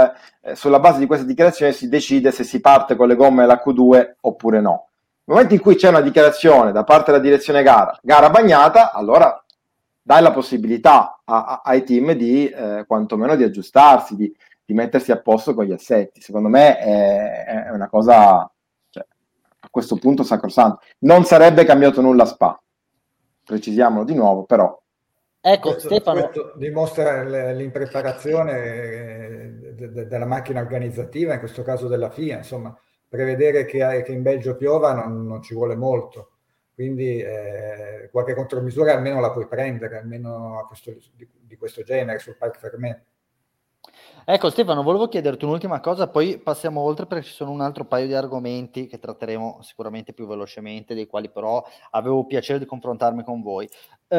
sulla base di questa dichiarazione si decide se si parte con le gomme della Q2 oppure no. Nel momento in cui c'è una dichiarazione da parte della direzione gara bagnata, allora dai la possibilità ai team di quantomeno di aggiustarsi, di mettersi a posto con gli assetti. Secondo me è una cosa, cioè, a questo punto sacrosanto. Non sarebbe cambiato nulla a Spa, precisiamolo di nuovo, però. Ecco, Stefano, questo dimostra l'impreparazione della macchina organizzativa, in questo caso della FIA, insomma, prevedere che in Belgio piova non ci vuole molto, quindi qualche contromisura almeno la puoi prendere, almeno di questo genere sul parc fermé. Ecco Stefano, volevo chiederti un'ultima cosa, poi passiamo oltre perché ci sono un altro paio di argomenti che tratteremo sicuramente più velocemente, dei quali però avevo piacere di confrontarmi con voi.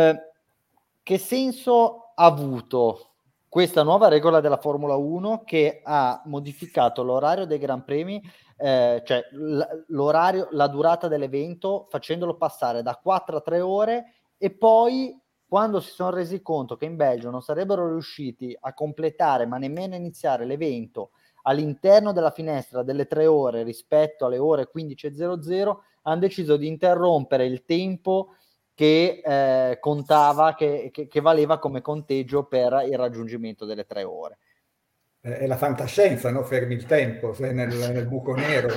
Che senso ha avuto questa nuova regola della Formula 1 che ha modificato l'orario dei Gran Premi, cioè l'orario, la durata dell'evento, facendolo passare da 4 a 3 ore, e poi quando si sono resi conto che in Belgio non sarebbero riusciti a completare ma nemmeno iniziare l'evento all'interno della finestra delle 3 ore rispetto alle ore 15:00 hanno deciso di interrompere il tempo che contava, che valeva come conteggio per il raggiungimento delle 3 ore. È la fantascienza, no? Fermi il tempo, sei nel buco nero.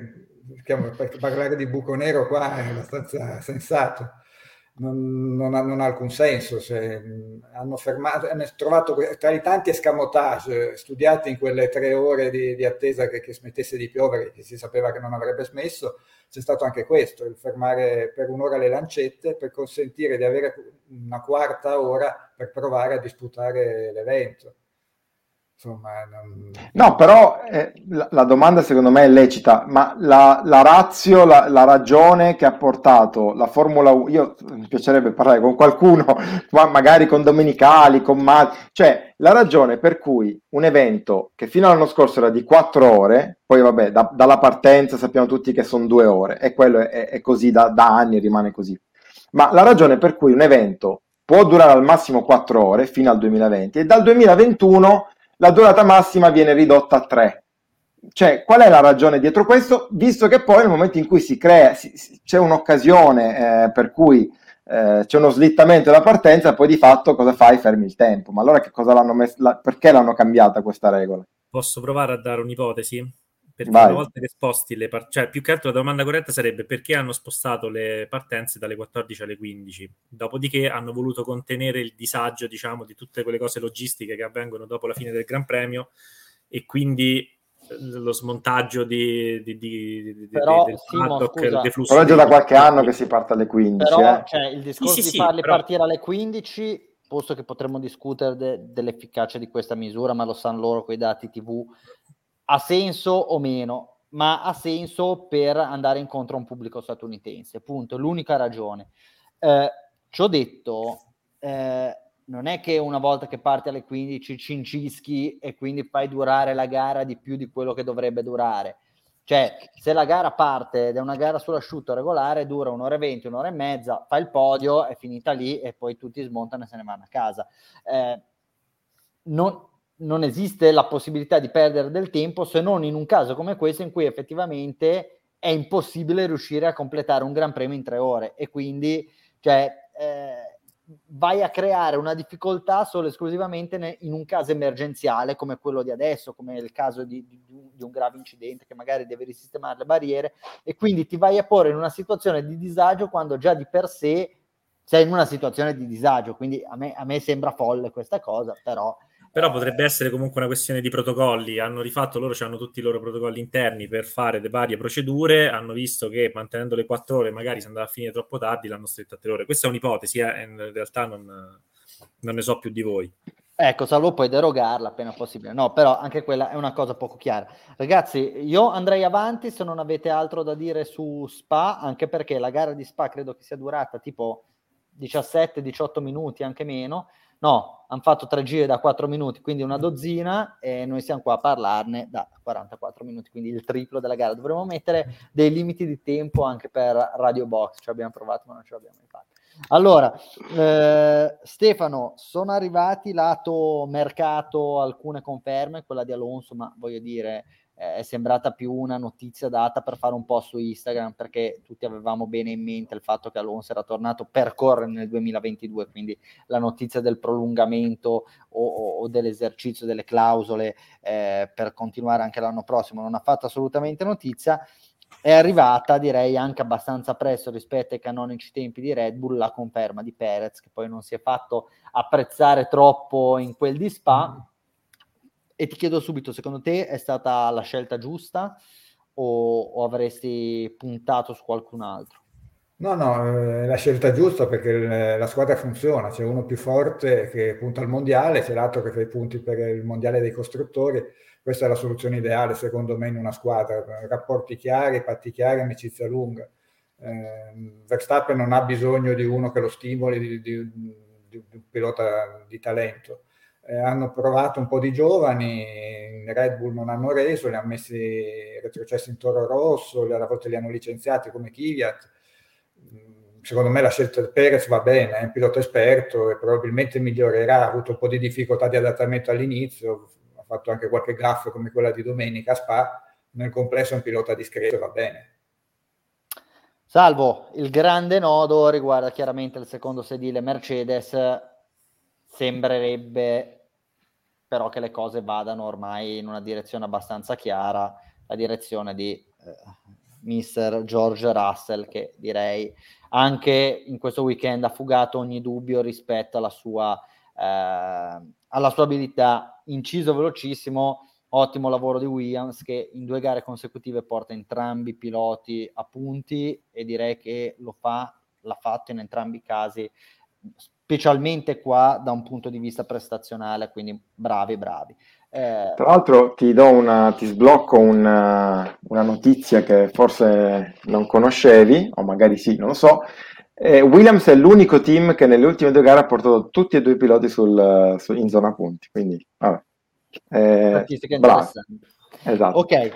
Parlare di buco nero qua è abbastanza sensato. Non ha alcun senso. Hanno trovato tra i tanti escamotage studiati in quelle 3 ore di attesa che smettesse di piovere, che si sapeva che non avrebbe smesso, c'è stato anche questo, il fermare per un'ora le lancette per consentire di avere una quarta ora per provare a disputare l'evento. Insomma, No, però la domanda secondo me è lecita, ma la ratio, la ragione che ha portato la Formula 1, io mi piacerebbe parlare con qualcuno, ma magari con Domenicali, cioè la ragione per cui un evento che fino all'anno scorso era di 4 ore, poi vabbè, dalla partenza sappiamo tutti che sono 2 ore, e quello è così da anni, rimane così, ma la ragione per cui un evento può durare al massimo 4 ore fino al 2020 e dal 2021 la durata massima viene ridotta a 3. Cioè, qual è la ragione dietro questo? Visto che poi nel momento in cui si crea, c'è un'occasione per cui c'è uno slittamento della partenza, poi di fatto cosa fai? Fermi il tempo. Ma allora che cosa perché l'hanno cambiata questa regola? Posso provare a dare un'ipotesi? Perché Vai. una volta che sposti cioè più che altro la domanda corretta sarebbe perché hanno spostato le partenze dalle 14 alle 15, dopodiché hanno voluto contenere il disagio, diciamo, di tutte quelle cose logistiche che avvengono dopo la fine del Gran Premio, e quindi lo smontaggio del paddock, il deflusso. Però è già da qualche anno che si parte alle 15. Però cioè, il discorso di farli però partire alle 15, posto che potremmo discutere dell'efficacia di questa misura, ma lo sanno loro coi dati TV, ha senso o meno, ma ha senso per andare incontro a un pubblico statunitense, punto, l'unica ragione. Ciò detto, non è che una volta che parti alle 15 cincischi e quindi fai durare la gara di più di quello che dovrebbe durare. Cioè, se la gara parte ed è una gara sull'asciutto regolare, dura 1 ora e 20, 1 ora e mezza, fa il podio, è finita lì e poi tutti smontano e se ne vanno a casa. Non esiste la possibilità di perdere del tempo, se non in un caso come questo in cui effettivamente è impossibile riuscire a completare un Gran Premio in 3 ore e quindi vai a creare una difficoltà solo esclusivamente in un caso emergenziale come quello di adesso, come il caso di un grave incidente che magari deve risistemare le barriere, e quindi ti vai a porre in una situazione di disagio quando già di per sé sei in una situazione di disagio. Quindi a me sembra folle questa cosa, però potrebbe essere comunque una questione di protocolli. Hanno rifatto, loro hanno tutti i loro protocolli interni per fare le varie procedure, hanno visto che mantenendo le 4 ore magari si andava a finire troppo tardi, l'hanno stretto a 3 ore. Questa è un'ipotesi, in realtà non ne so più di voi. Ecco, salvo poi derogarla appena possibile. No, però anche quella è una cosa poco chiara. Ragazzi, io andrei avanti se non avete altro da dire su Spa, anche perché la gara di Spa credo che sia durata tipo 17-18 minuti, anche meno. No, hanno fatto 3 giri da 4 minuti, quindi una dozzina, e noi siamo qua a parlarne da 44 minuti, quindi il triplo della gara. Dovremmo mettere dei limiti di tempo anche per Radio Box, ci abbiamo provato ma non ce l'abbiamo mai fatto. Allora, Stefano, sono arrivati lato mercato alcune conferme, quella di Alonso, ma voglio dire, è sembrata più una notizia data per fare un post su Instagram, perché tutti avevamo bene in mente il fatto che Alonso era tornato per correre nel 2022, quindi la notizia del prolungamento o dell'esercizio delle clausole per continuare anche l'anno prossimo non ha fatto assolutamente notizia. È arrivata, direi, anche abbastanza presto rispetto ai canonici tempi di Red Bull, la conferma di Perez, che poi non si è fatto apprezzare troppo in quel di Spa. E ti chiedo subito, secondo te è stata la scelta giusta o avresti puntato su qualcun altro? No, è la scelta giusta perché la squadra funziona, c'è uno più forte che punta al mondiale, c'è l'altro che fa i punti per il mondiale dei costruttori. Questa è la soluzione ideale secondo me in una squadra, rapporti chiari, patti chiari, amicizia lunga. Verstappen non ha bisogno di uno che lo stimoli, di un pilota di talento. Hanno provato un po' di giovani, in Red Bull non hanno reso, li hanno messi retrocessi in Toro Rosso, a volte li hanno licenziati come Kvyat. Secondo me la scelta di Perez va bene, è un pilota esperto e probabilmente migliorerà, ha avuto un po' di difficoltà di adattamento all'inizio, ha fatto anche qualche gaffe come quella di domenica a Spa, nel complesso è un pilota discreto e va bene. Salvo, il grande nodo riguarda chiaramente il secondo sedile Mercedes. Sembrerebbe però che le cose vadano ormai in una direzione abbastanza chiara, la direzione di Mr. George Russell, che direi anche in questo weekend ha fugato ogni dubbio rispetto alla sua abilità. Inciso velocissimo, ottimo lavoro di Williams, che in 2 gare consecutive porta entrambi i piloti a punti, e direi che l'ha fatto in entrambi i casi, specialmente qua da un punto di vista prestazionale, quindi bravi. Tra l'altro ti sblocco una notizia che forse non conoscevi, o magari sì, non lo so. Williams è l'unico team che nelle ultime 2 gare ha portato tutti e 2 i piloti in zona punti, quindi vabbè. Statistica Bravi. interessante. Esatto. Ok.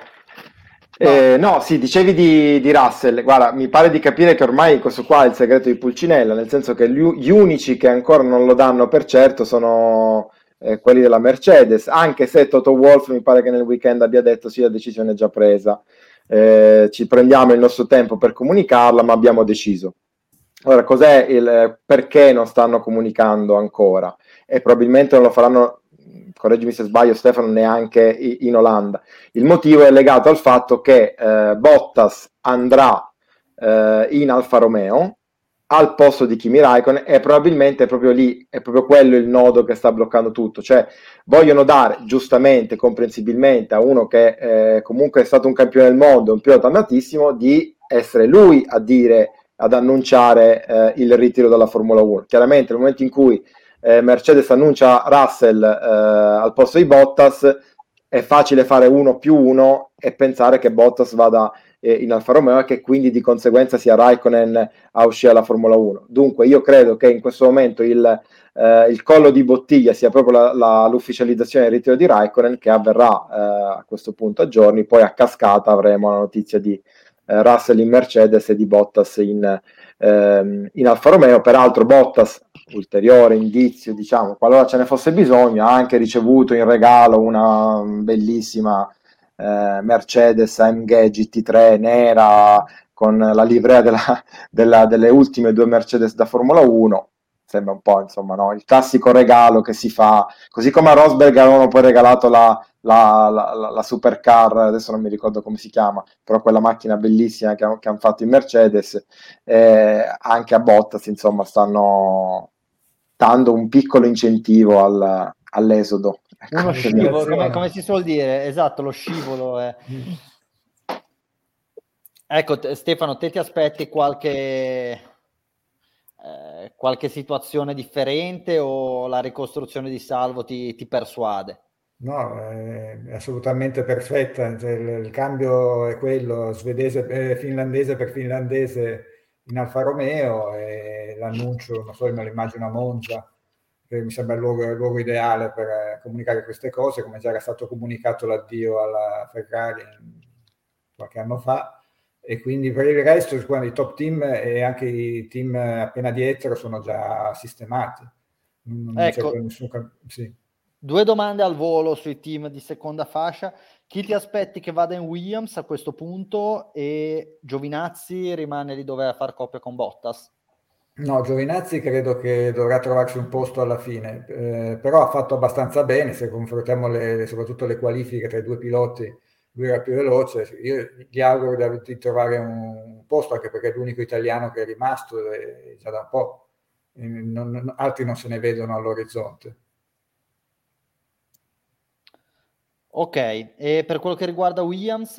No, sì, dicevi di Russell. Guarda, mi pare di capire che ormai questo qua è il segreto di Pulcinella, nel senso che gli unici che ancora non lo danno per certo sono quelli della Mercedes, anche se Toto Wolff mi pare che nel weekend abbia detto sì, la decisione è già presa, ci prendiamo il nostro tempo per comunicarla, ma abbiamo deciso. Allora, perché non stanno comunicando ancora? E probabilmente non lo faranno, correggimi se sbaglio Stefano, neanche in Olanda. Il motivo è legato al fatto che Bottas andrà in Alfa Romeo al posto di Kimi Raikkonen, e probabilmente è proprio lì, è proprio quello il nodo che sta bloccando tutto. Cioè vogliono dare giustamente, comprensibilmente, a uno che comunque è stato un campione del mondo, un pilota andatissimo, di essere lui ad annunciare il ritiro dalla Formula 1. Chiaramente nel momento in cui Mercedes annuncia Russell al posto di Bottas, è facile fare 1+1 e pensare che Bottas vada in Alfa Romeo e che quindi di conseguenza sia Raikkonen a uscire dalla Formula 1. Dunque io credo che in questo momento il collo di bottiglia sia proprio l'ufficializzazione del ritiro di Raikkonen, che avverrà a questo punto a giorni, poi a cascata avremo la notizia di Russell in Mercedes e di Bottas in Alfa Romeo. Peraltro Bottas, ulteriore indizio, diciamo, qualora ce ne fosse bisogno, ha anche ricevuto in regalo una bellissima Mercedes AMG GT3 nera con la livrea delle ultime 2 Mercedes da Formula 1. Sembra un po', insomma, no? Il classico regalo che si fa, così come a Rosberg avevano poi regalato la supercar, adesso non mi ricordo come si chiama, però quella macchina bellissima che hanno fatto in Mercedes, anche a Bottas, insomma, stanno dando un piccolo incentivo all'esodo. Uno scivolo, come si suol dire, esatto, lo scivolo. Ecco, Stefano, te ti aspetti qualche situazione differente, o la ricostruzione di Salvo ti persuade? No, è assolutamente perfetta. Cioè, il cambio è quello, finlandese per finlandese in Alfa Romeo, e l'annuncio, non so, me lo immagino a Monza, che mi sembra il luogo ideale per comunicare queste cose, come già era stato comunicato l'addio alla Ferrari qualche anno fa. E quindi per il resto i top team e anche i team appena dietro sono già sistemati. Non Ecco, c'è nessun sì. 2 domande al volo sui team di seconda fascia. Chi ti aspetti che vada in Williams a questo punto, e Giovinazzi rimane lì dove a far coppia con Bottas? No, Giovinazzi credo che dovrà trovarsi un posto alla fine, però ha fatto abbastanza bene. Se confrontiamo soprattutto le qualifiche tra i 2 piloti, lui era più veloce. Io gli auguro di trovare un posto, anche perché è l'unico italiano che è rimasto già da un po'. Altri non se ne vedono all'orizzonte. Ok, e per quello che riguarda Williams,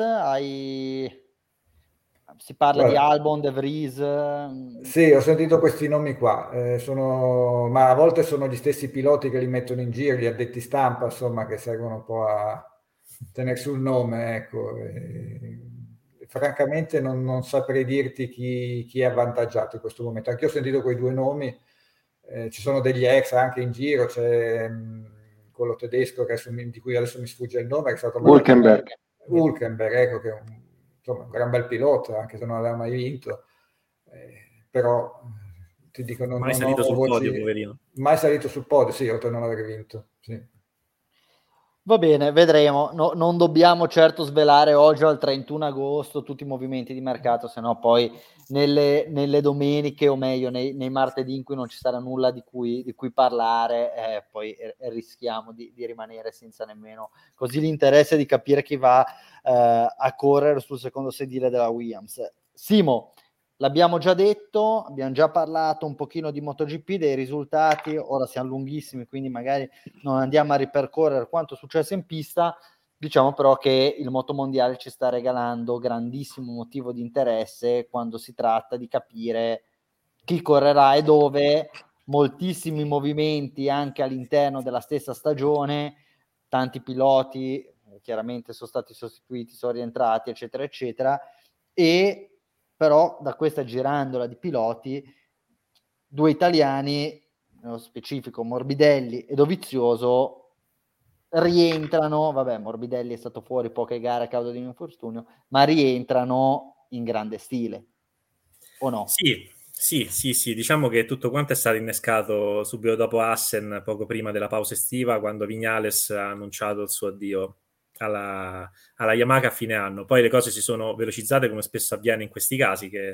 si parla di Albon, De Vries? Sì, ho sentito questi nomi qua, ma a volte sono gli stessi piloti che li mettono in giro, gli addetti stampa, insomma, che servono un po' a tenere sul nome, ecco. Francamente non saprei dirti chi è avvantaggiato in questo momento. Anche io ho sentito quei 2 nomi, ci sono degli ex anche in giro, c'è quello tedesco di cui adesso mi sfugge il nome, che è stato Hülkenberg, ecco, che è insomma, un gran bel pilota, anche se non aveva mai vinto. Però ti dico, mai salito sul podio, poverino. Mai salito sul podio, sì, oltre a non aver vinto. Sì. Va bene, vedremo. Non dobbiamo certo svelare oggi al 31 agosto tutti i movimenti di mercato, se no poi nelle domeniche, o meglio nei martedì in cui non ci sarà nulla di cui parlare, poi rischiamo di rimanere senza nemmeno così l'interesse di capire chi va a correre sul secondo sedile della Williams. Simo, l'abbiamo già detto, abbiamo già parlato un pochino di MotoGP, dei risultati, ora siamo lunghissimi, quindi magari non andiamo a ripercorrere quanto è successo in pista. Diciamo però che il motomondiale ci sta regalando grandissimo motivo di interesse quando si tratta di capire chi correrà e dove, moltissimi movimenti anche all'interno della stessa stagione, tanti piloti chiaramente sono stati sostituiti, sono rientrati, eccetera, eccetera, e però da questa girandola di piloti, 2 italiani, nello specifico Morbidelli e Dovizioso, rientrano, vabbè, Morbidelli è stato fuori poche gare a causa di un infortunio, ma rientrano in grande stile, o no? Sì, diciamo che tutto quanto è stato innescato subito dopo Assen, poco prima della pausa estiva, quando Viñales ha annunciato il suo addio alla Yamaha a fine anno. Poi le cose si sono velocizzate, come spesso avviene in questi casi, che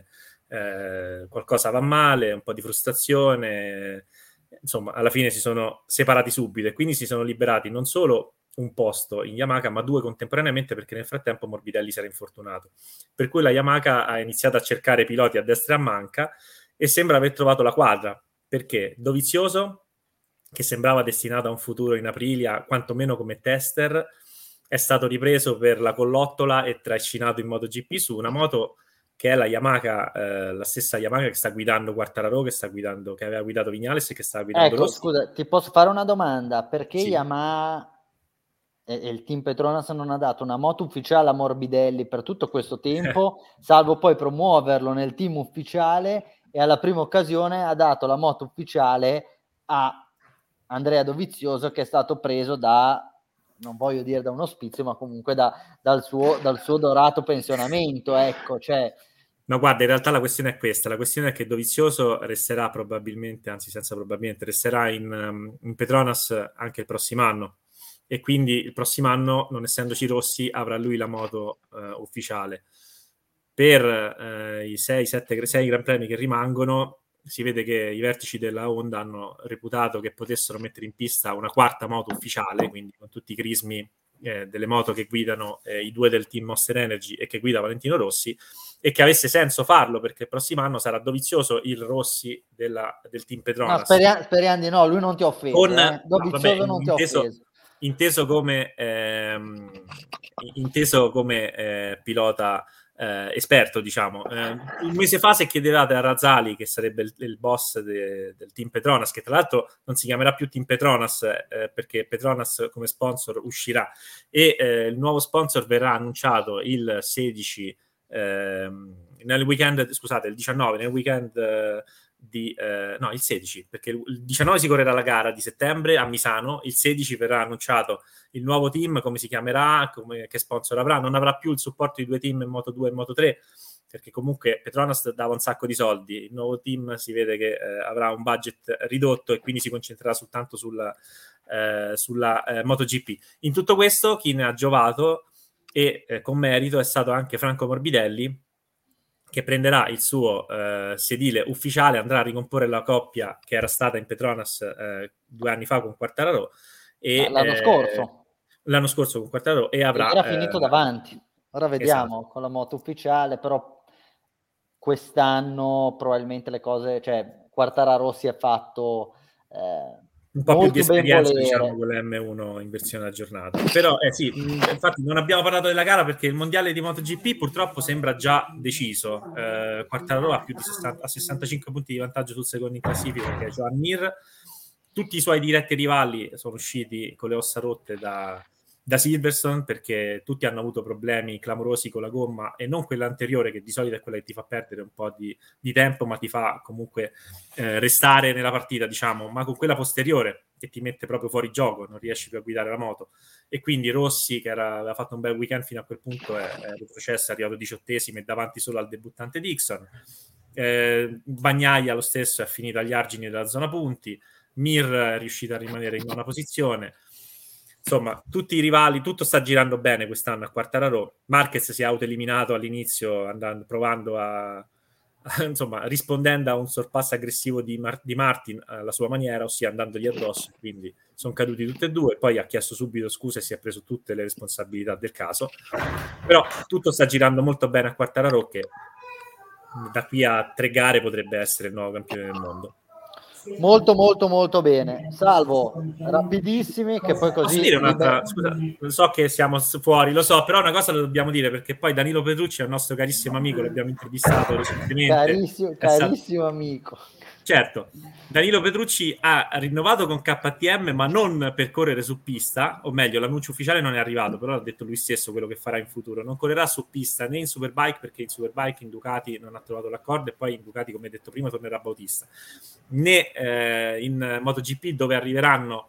qualcosa va male, un po' di frustrazione, insomma, alla fine si sono separati subito e quindi si sono liberati non solo un posto in Yamaha, ma 2 contemporaneamente, perché nel frattempo Morbidelli si era infortunato. Per cui la Yamaha ha iniziato a cercare piloti a destra e a manca e sembra aver trovato la quadra, perché Dovizioso, che sembrava destinato a un futuro in Aprilia, quantomeno come tester, è stato ripreso per la collottola e trascinato in MotoGP su una moto che è la Yamaha, la stessa Yamaha che sta guidando Quartararo, che aveva guidato Viñales e che stava guidando Rossi. Scusa, ti posso fare una domanda? Perché sì. Yamaha e il team Petronas non ha dato una moto ufficiale a Morbidelli per tutto questo tempo, salvo poi promuoverlo nel team ufficiale, e alla prima occasione ha dato la moto ufficiale a Andrea Dovizioso, che è stato preso non voglio dire da un ospizio, ma comunque dal suo dorato pensionamento, ecco, cioè. No, guarda, in realtà la questione è questa. La questione è che Dovizioso resterà probabilmente, anzi senza probabilmente, resterà in Petronas anche il prossimo anno. E quindi il prossimo anno, non essendoci Rossi, avrà lui la moto ufficiale. Per i 6 Gran Premi che rimangono, si vede che i vertici della Honda hanno reputato che potessero mettere in pista una quarta moto ufficiale, quindi con tutti i crismi delle moto che guidano i 2 del team Monster Energy e che guida Valentino Rossi, e che avesse senso farlo, perché il prossimo anno sarà Dovizioso il Rossi del team Petronas. No, speriamo di no, lui non ti ha offeso, Dovizioso non ti ha offeso. Inteso come pilota esperto, diciamo. Un mese fa, se chiedevate a Razzali, che sarebbe il boss del team Petronas, che tra l'altro non si chiamerà più team Petronas perché Petronas come sponsor uscirà, e il nuovo sponsor verrà annunciato il 16 nel weekend, scusate, il 19, nel weekend no, il 16, perché il 19 si correrà la gara di settembre a Misano, il 16 verrà annunciato il nuovo team, come si chiamerà, che sponsor avrà. Non avrà più il supporto di 2 team in Moto 2 e Moto 3, perché comunque Petronas dava un sacco di soldi. Il nuovo team si vede che avrà un budget ridotto e quindi si concentrerà soltanto sulla MotoGP. In tutto questo chi ne ha giovato, e con merito, è stato anche Franco Morbidelli, che prenderà il suo sedile ufficiale, andrà a ricomporre la coppia che era stata in Petronas 2 anni fa con Quartararo, e l'anno scorso con Quartararo, e avrà era finito davanti. Ora vediamo, esatto, con la moto ufficiale, però quest'anno probabilmente le cose, cioè Quartararo si è fatto un po' più di esperienza, diciamo, con l'M1 in versione aggiornata. Però sì, infatti non abbiamo parlato della gara perché il mondiale di MotoGP purtroppo sembra già deciso. Quartararo ha più di 65 punti di vantaggio sul secondo in classifica, che è Joan Mir. Tutti i suoi diretti rivali sono usciti con le ossa rotte da Silverstone, perché tutti hanno avuto problemi clamorosi con la gomma, e non quella anteriore, che di solito è quella che ti fa perdere un po' di tempo, ma ti fa comunque restare nella partita, diciamo, ma con quella posteriore che ti mette proprio fuori gioco, non riesci più a guidare la moto. E quindi Rossi, che aveva fatto un bel weekend fino a quel punto, è retrocesso, è arrivato 18esimo e davanti solo al debuttante Dixon. Bagnaia lo stesso è finito agli argini della zona punti. Mir è riuscito a rimanere in 9ª posizione. insomma, tutti i rivali, tutto sta girando bene quest'anno a Quartararo. Marquez si è autoeliminato all'inizio, provando insomma, rispondendo a un sorpasso aggressivo di Martin alla sua maniera, ossia andandogli addosso, quindi sono caduti tutti e due, poi ha chiesto subito scusa e si è preso tutte le responsabilità del caso, però tutto sta girando molto bene a Quartararo, che da qui a 3 gare potrebbe essere il nuovo campione del mondo. Molto molto molto bene. Salvo, rapidissimi, che poi così... Posso dire un'altra? Scusa, so che siamo fuori, lo so, però una cosa la dobbiamo dire, perché poi Danilo Petrucci è un nostro carissimo amico, l'abbiamo intervistato recentemente. Carissimo amico. Certo, Danilo Petrucci ha rinnovato con KTM, ma non per correre su pista, o meglio, l'annuncio ufficiale non è arrivato, però ha detto lui stesso quello che farà in futuro. Non correrà su pista né in Superbike, perché in Superbike in Ducati non ha trovato l'accordo, e poi in Ducati, come detto prima, tornerà Bautista, né in MotoGP, dove arriveranno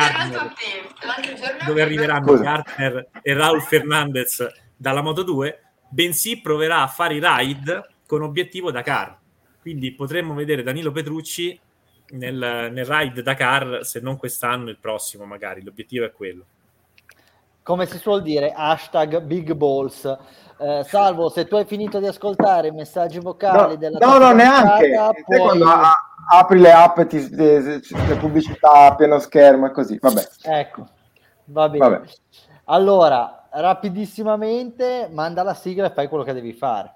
Gardner e Raul Fernandez dalla Moto2, bensì proverà a fare i ride con obiettivo Dakar. Quindi potremmo vedere Danilo Petrucci nel ride Dakar, se non quest'anno, il prossimo magari. L'obiettivo è quello. Come si suol dire, hashtag Big Balls. Salvo, se tu hai finito di ascoltare i messaggi vocali della no, neanche. Puoi... quando apri le app le pubblicità a pieno schermo e così, vabbè. Ecco, va bene. Vabbè. Allora, rapidissimamente, manda la sigla e fai quello che devi fare.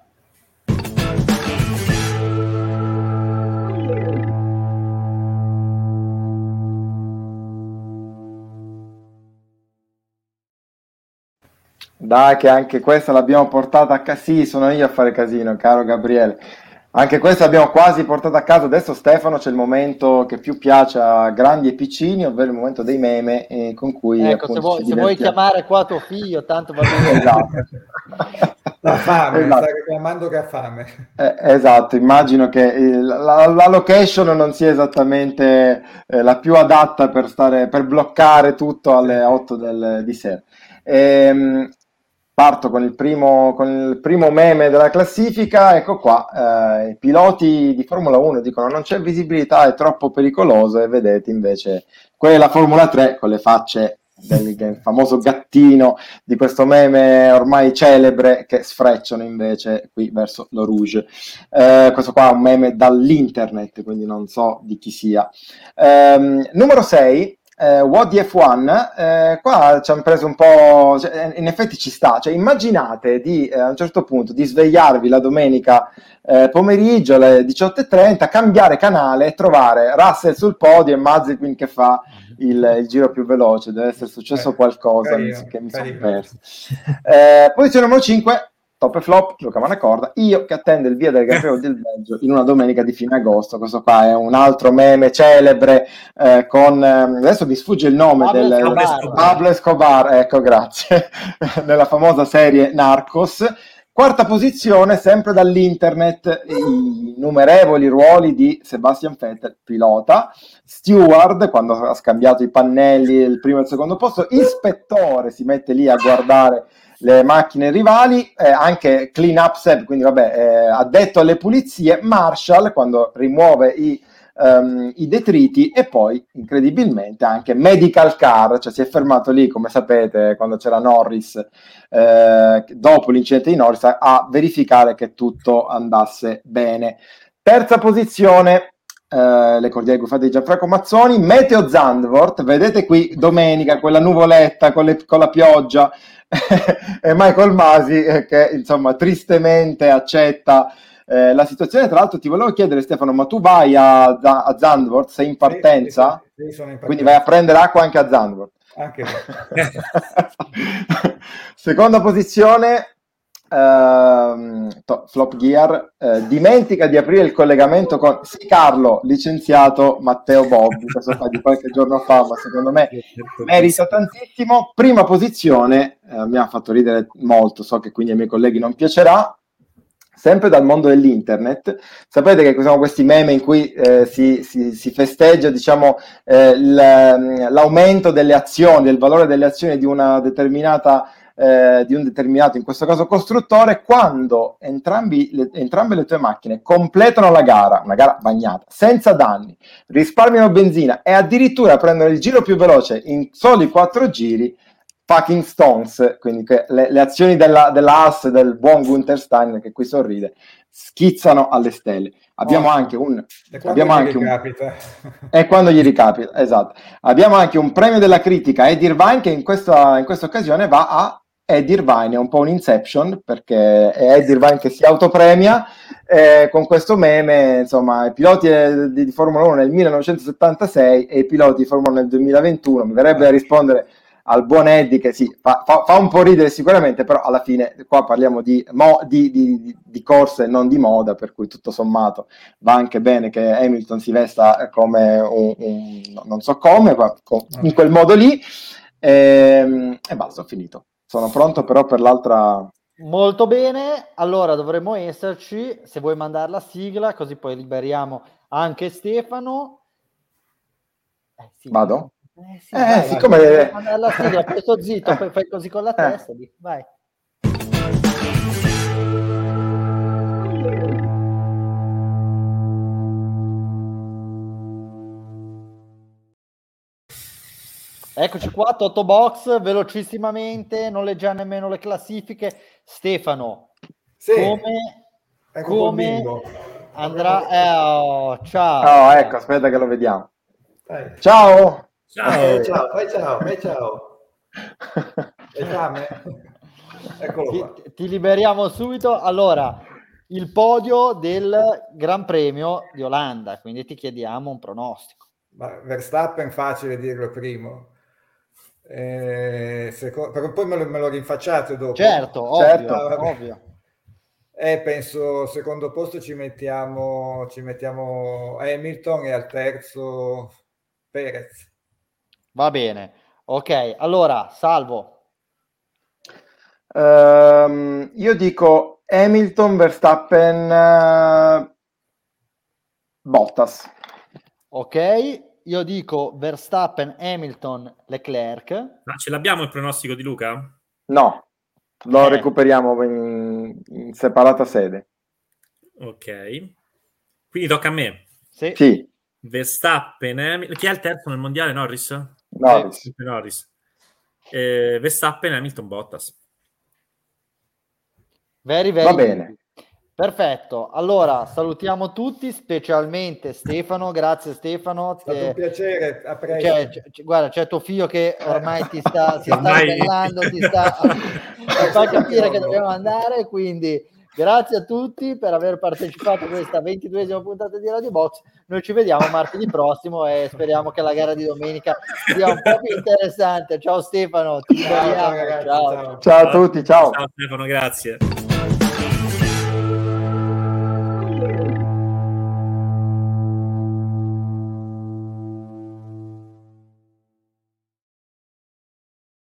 Dai, che anche questa l'abbiamo portata a casa. Sì, sono io a fare casino, caro Gabriele. Anche questa l'abbiamo quasi portata a casa. Adesso, Stefano, c'è il momento che più piace a grandi e piccini, ovvero il momento dei meme, con cui appunto, se vuoi chiamare qua tuo figlio, tanto va bene. Esatto. La fame, esatto. Sta reclamando che ha fame. Esatto, immagino che la location non sia esattamente la più adatta per bloccare tutto alle 8 di sera. Parto con il primo meme della classifica. Ecco qua, i piloti di Formula 1 dicono non c'è visibilità, è troppo pericoloso, e vedete invece quella è la Formula 3 con le facce del famoso gattino di questo meme ormai celebre, che sfrecciano invece qui verso l'Eau Rouge. Questo qua è un meme dall'internet, quindi non so di chi sia. Numero 6. What the F1, qua ci hanno preso un po', cioè, in effetti ci sta, cioè immaginate a un certo punto di svegliarvi la domenica pomeriggio alle 18:30, cambiare canale e trovare Russell sul podio e Mazepin che fa il giro più veloce. Deve essere successo qualcosa che mi sono perso. Posizione numero 5. Top e flop, Luca Manacorda, io che attendo il via del Gran Premio del Belgio in una domenica di fine agosto. Questo qua è un altro meme celebre con, adesso mi sfugge il nome Pablo Escobar, ecco, grazie, nella famosa serie Narcos. Quarta posizione, sempre dall'internet, i numerevoli ruoli di Sebastian Vettel, pilota, steward, quando ha scambiato i pannelli, il primo e il secondo posto, ispettore, si mette lì a guardare le macchine rivali, anche clean up Seb, quindi addetto alle pulizie, Marshall quando rimuove i detriti, e poi incredibilmente anche medical car, cioè si è fermato lì, come sapete, quando c'era Norris, dopo l'incidente di Norris, a verificare che tutto andasse bene. Terza posizione, le cordiali gufate di Gianfranco Mazzoni, Meteo Zandvoort, vedete qui domenica quella nuvoletta con la pioggia e Michael Masi che insomma tristemente accetta la situazione. Tra l'altro ti volevo chiedere, Stefano, ma tu vai a Zandvoort, sei in partenza? Sì, sono in partenza. Quindi vai a prendere acqua anche a Zandvoort? Anche Seconda posizione, Flop Gear, dimentica di aprire il collegamento con Carlo, licenziato Matteo Bobbi, questo fa di qualche giorno fa, ma secondo me merita tantissimo. Prima posizione, mi ha fatto ridere molto, so che quindi ai miei colleghi non piacerà, sempre dal mondo dell'internet. Sapete che sono questi meme in cui si festeggia, diciamo, l'aumento delle azioni, del valore delle azioni di una determinata di un determinato, in questo caso costruttore, quando entrambe le tue macchine completano la gara, una gara bagnata, senza danni, risparmiano benzina e addirittura prendono il giro più veloce in soli 4 giri, fucking Stones, quindi le azioni della AS del buon Gunther Steiner, che qui sorride, schizzano alle stelle. Abbiamo anche un... E quando gli ricapita, esatto. Abbiamo anche un premio della critica Ed Irvine, che in questa occasione va a Ed Irvine. È un po' un Inception, perché è Ed Irvine che si autopremia con questo meme. Insomma, i piloti di Formula 1 nel 1976 e i piloti di Formula 1 nel 2021. Mi verrebbe a rispondere al buon Eddie, che sì, fa un po' ridere sicuramente, però alla fine qua parliamo di corse e non di moda, per cui tutto sommato va anche bene che Hamilton si vesta come non so come, in quel modo lì, e basta, ho finito. Sono pronto però per l'altra... Molto bene, allora dovremmo esserci, se vuoi mandare la sigla, così poi liberiamo anche Stefano. Sì. Vado? Sì, vai, siccome... la sigla, sto zitto, poi fai così con la testa, vai. Eccoci qua, Toto Box, velocissimamente, non leggiamo nemmeno le classifiche. Stefano, sì. come andrà? Ciao. Oh, ecco, aspetta che lo vediamo. Dai. Ciao. Ciao. Eccolo qua. Ti liberiamo subito. Allora, il podio del Gran Premio di Olanda, quindi ti chiediamo un pronostico. Verstappen, facile dirlo primo. Però poi me lo rinfacciate dopo. Certo, ovvio. Penso secondo posto ci mettiamo Hamilton e al terzo Perez. Va bene, ok, allora Salvo. Io dico Hamilton, Verstappen, Bottas. Ok, io dico Verstappen, Hamilton, Leclerc. Ma ce l'abbiamo il pronostico di Luca? No, lo recuperiamo in separata sede. Ok, quindi tocca a me. Sì. Verstappen, chi è il terzo nel mondiale? Norris. Verstappen, Hamilton, Bottas. Very Va bene. Perfetto, allora salutiamo tutti, specialmente Stefano. Grazie Stefano, è stato un piacere, a presto. Guarda, c'è tuo figlio che ormai si sta ribellando, ti fa capire che dobbiamo andare, quindi grazie a tutti per aver partecipato a questa 22esima puntata di Radio Box. Noi ci vediamo martedì prossimo e speriamo che la gara di domenica sia un po' più interessante. Ciao Stefano, ti vediamo. Ciao a tutti, ciao. Ciao Stefano, grazie.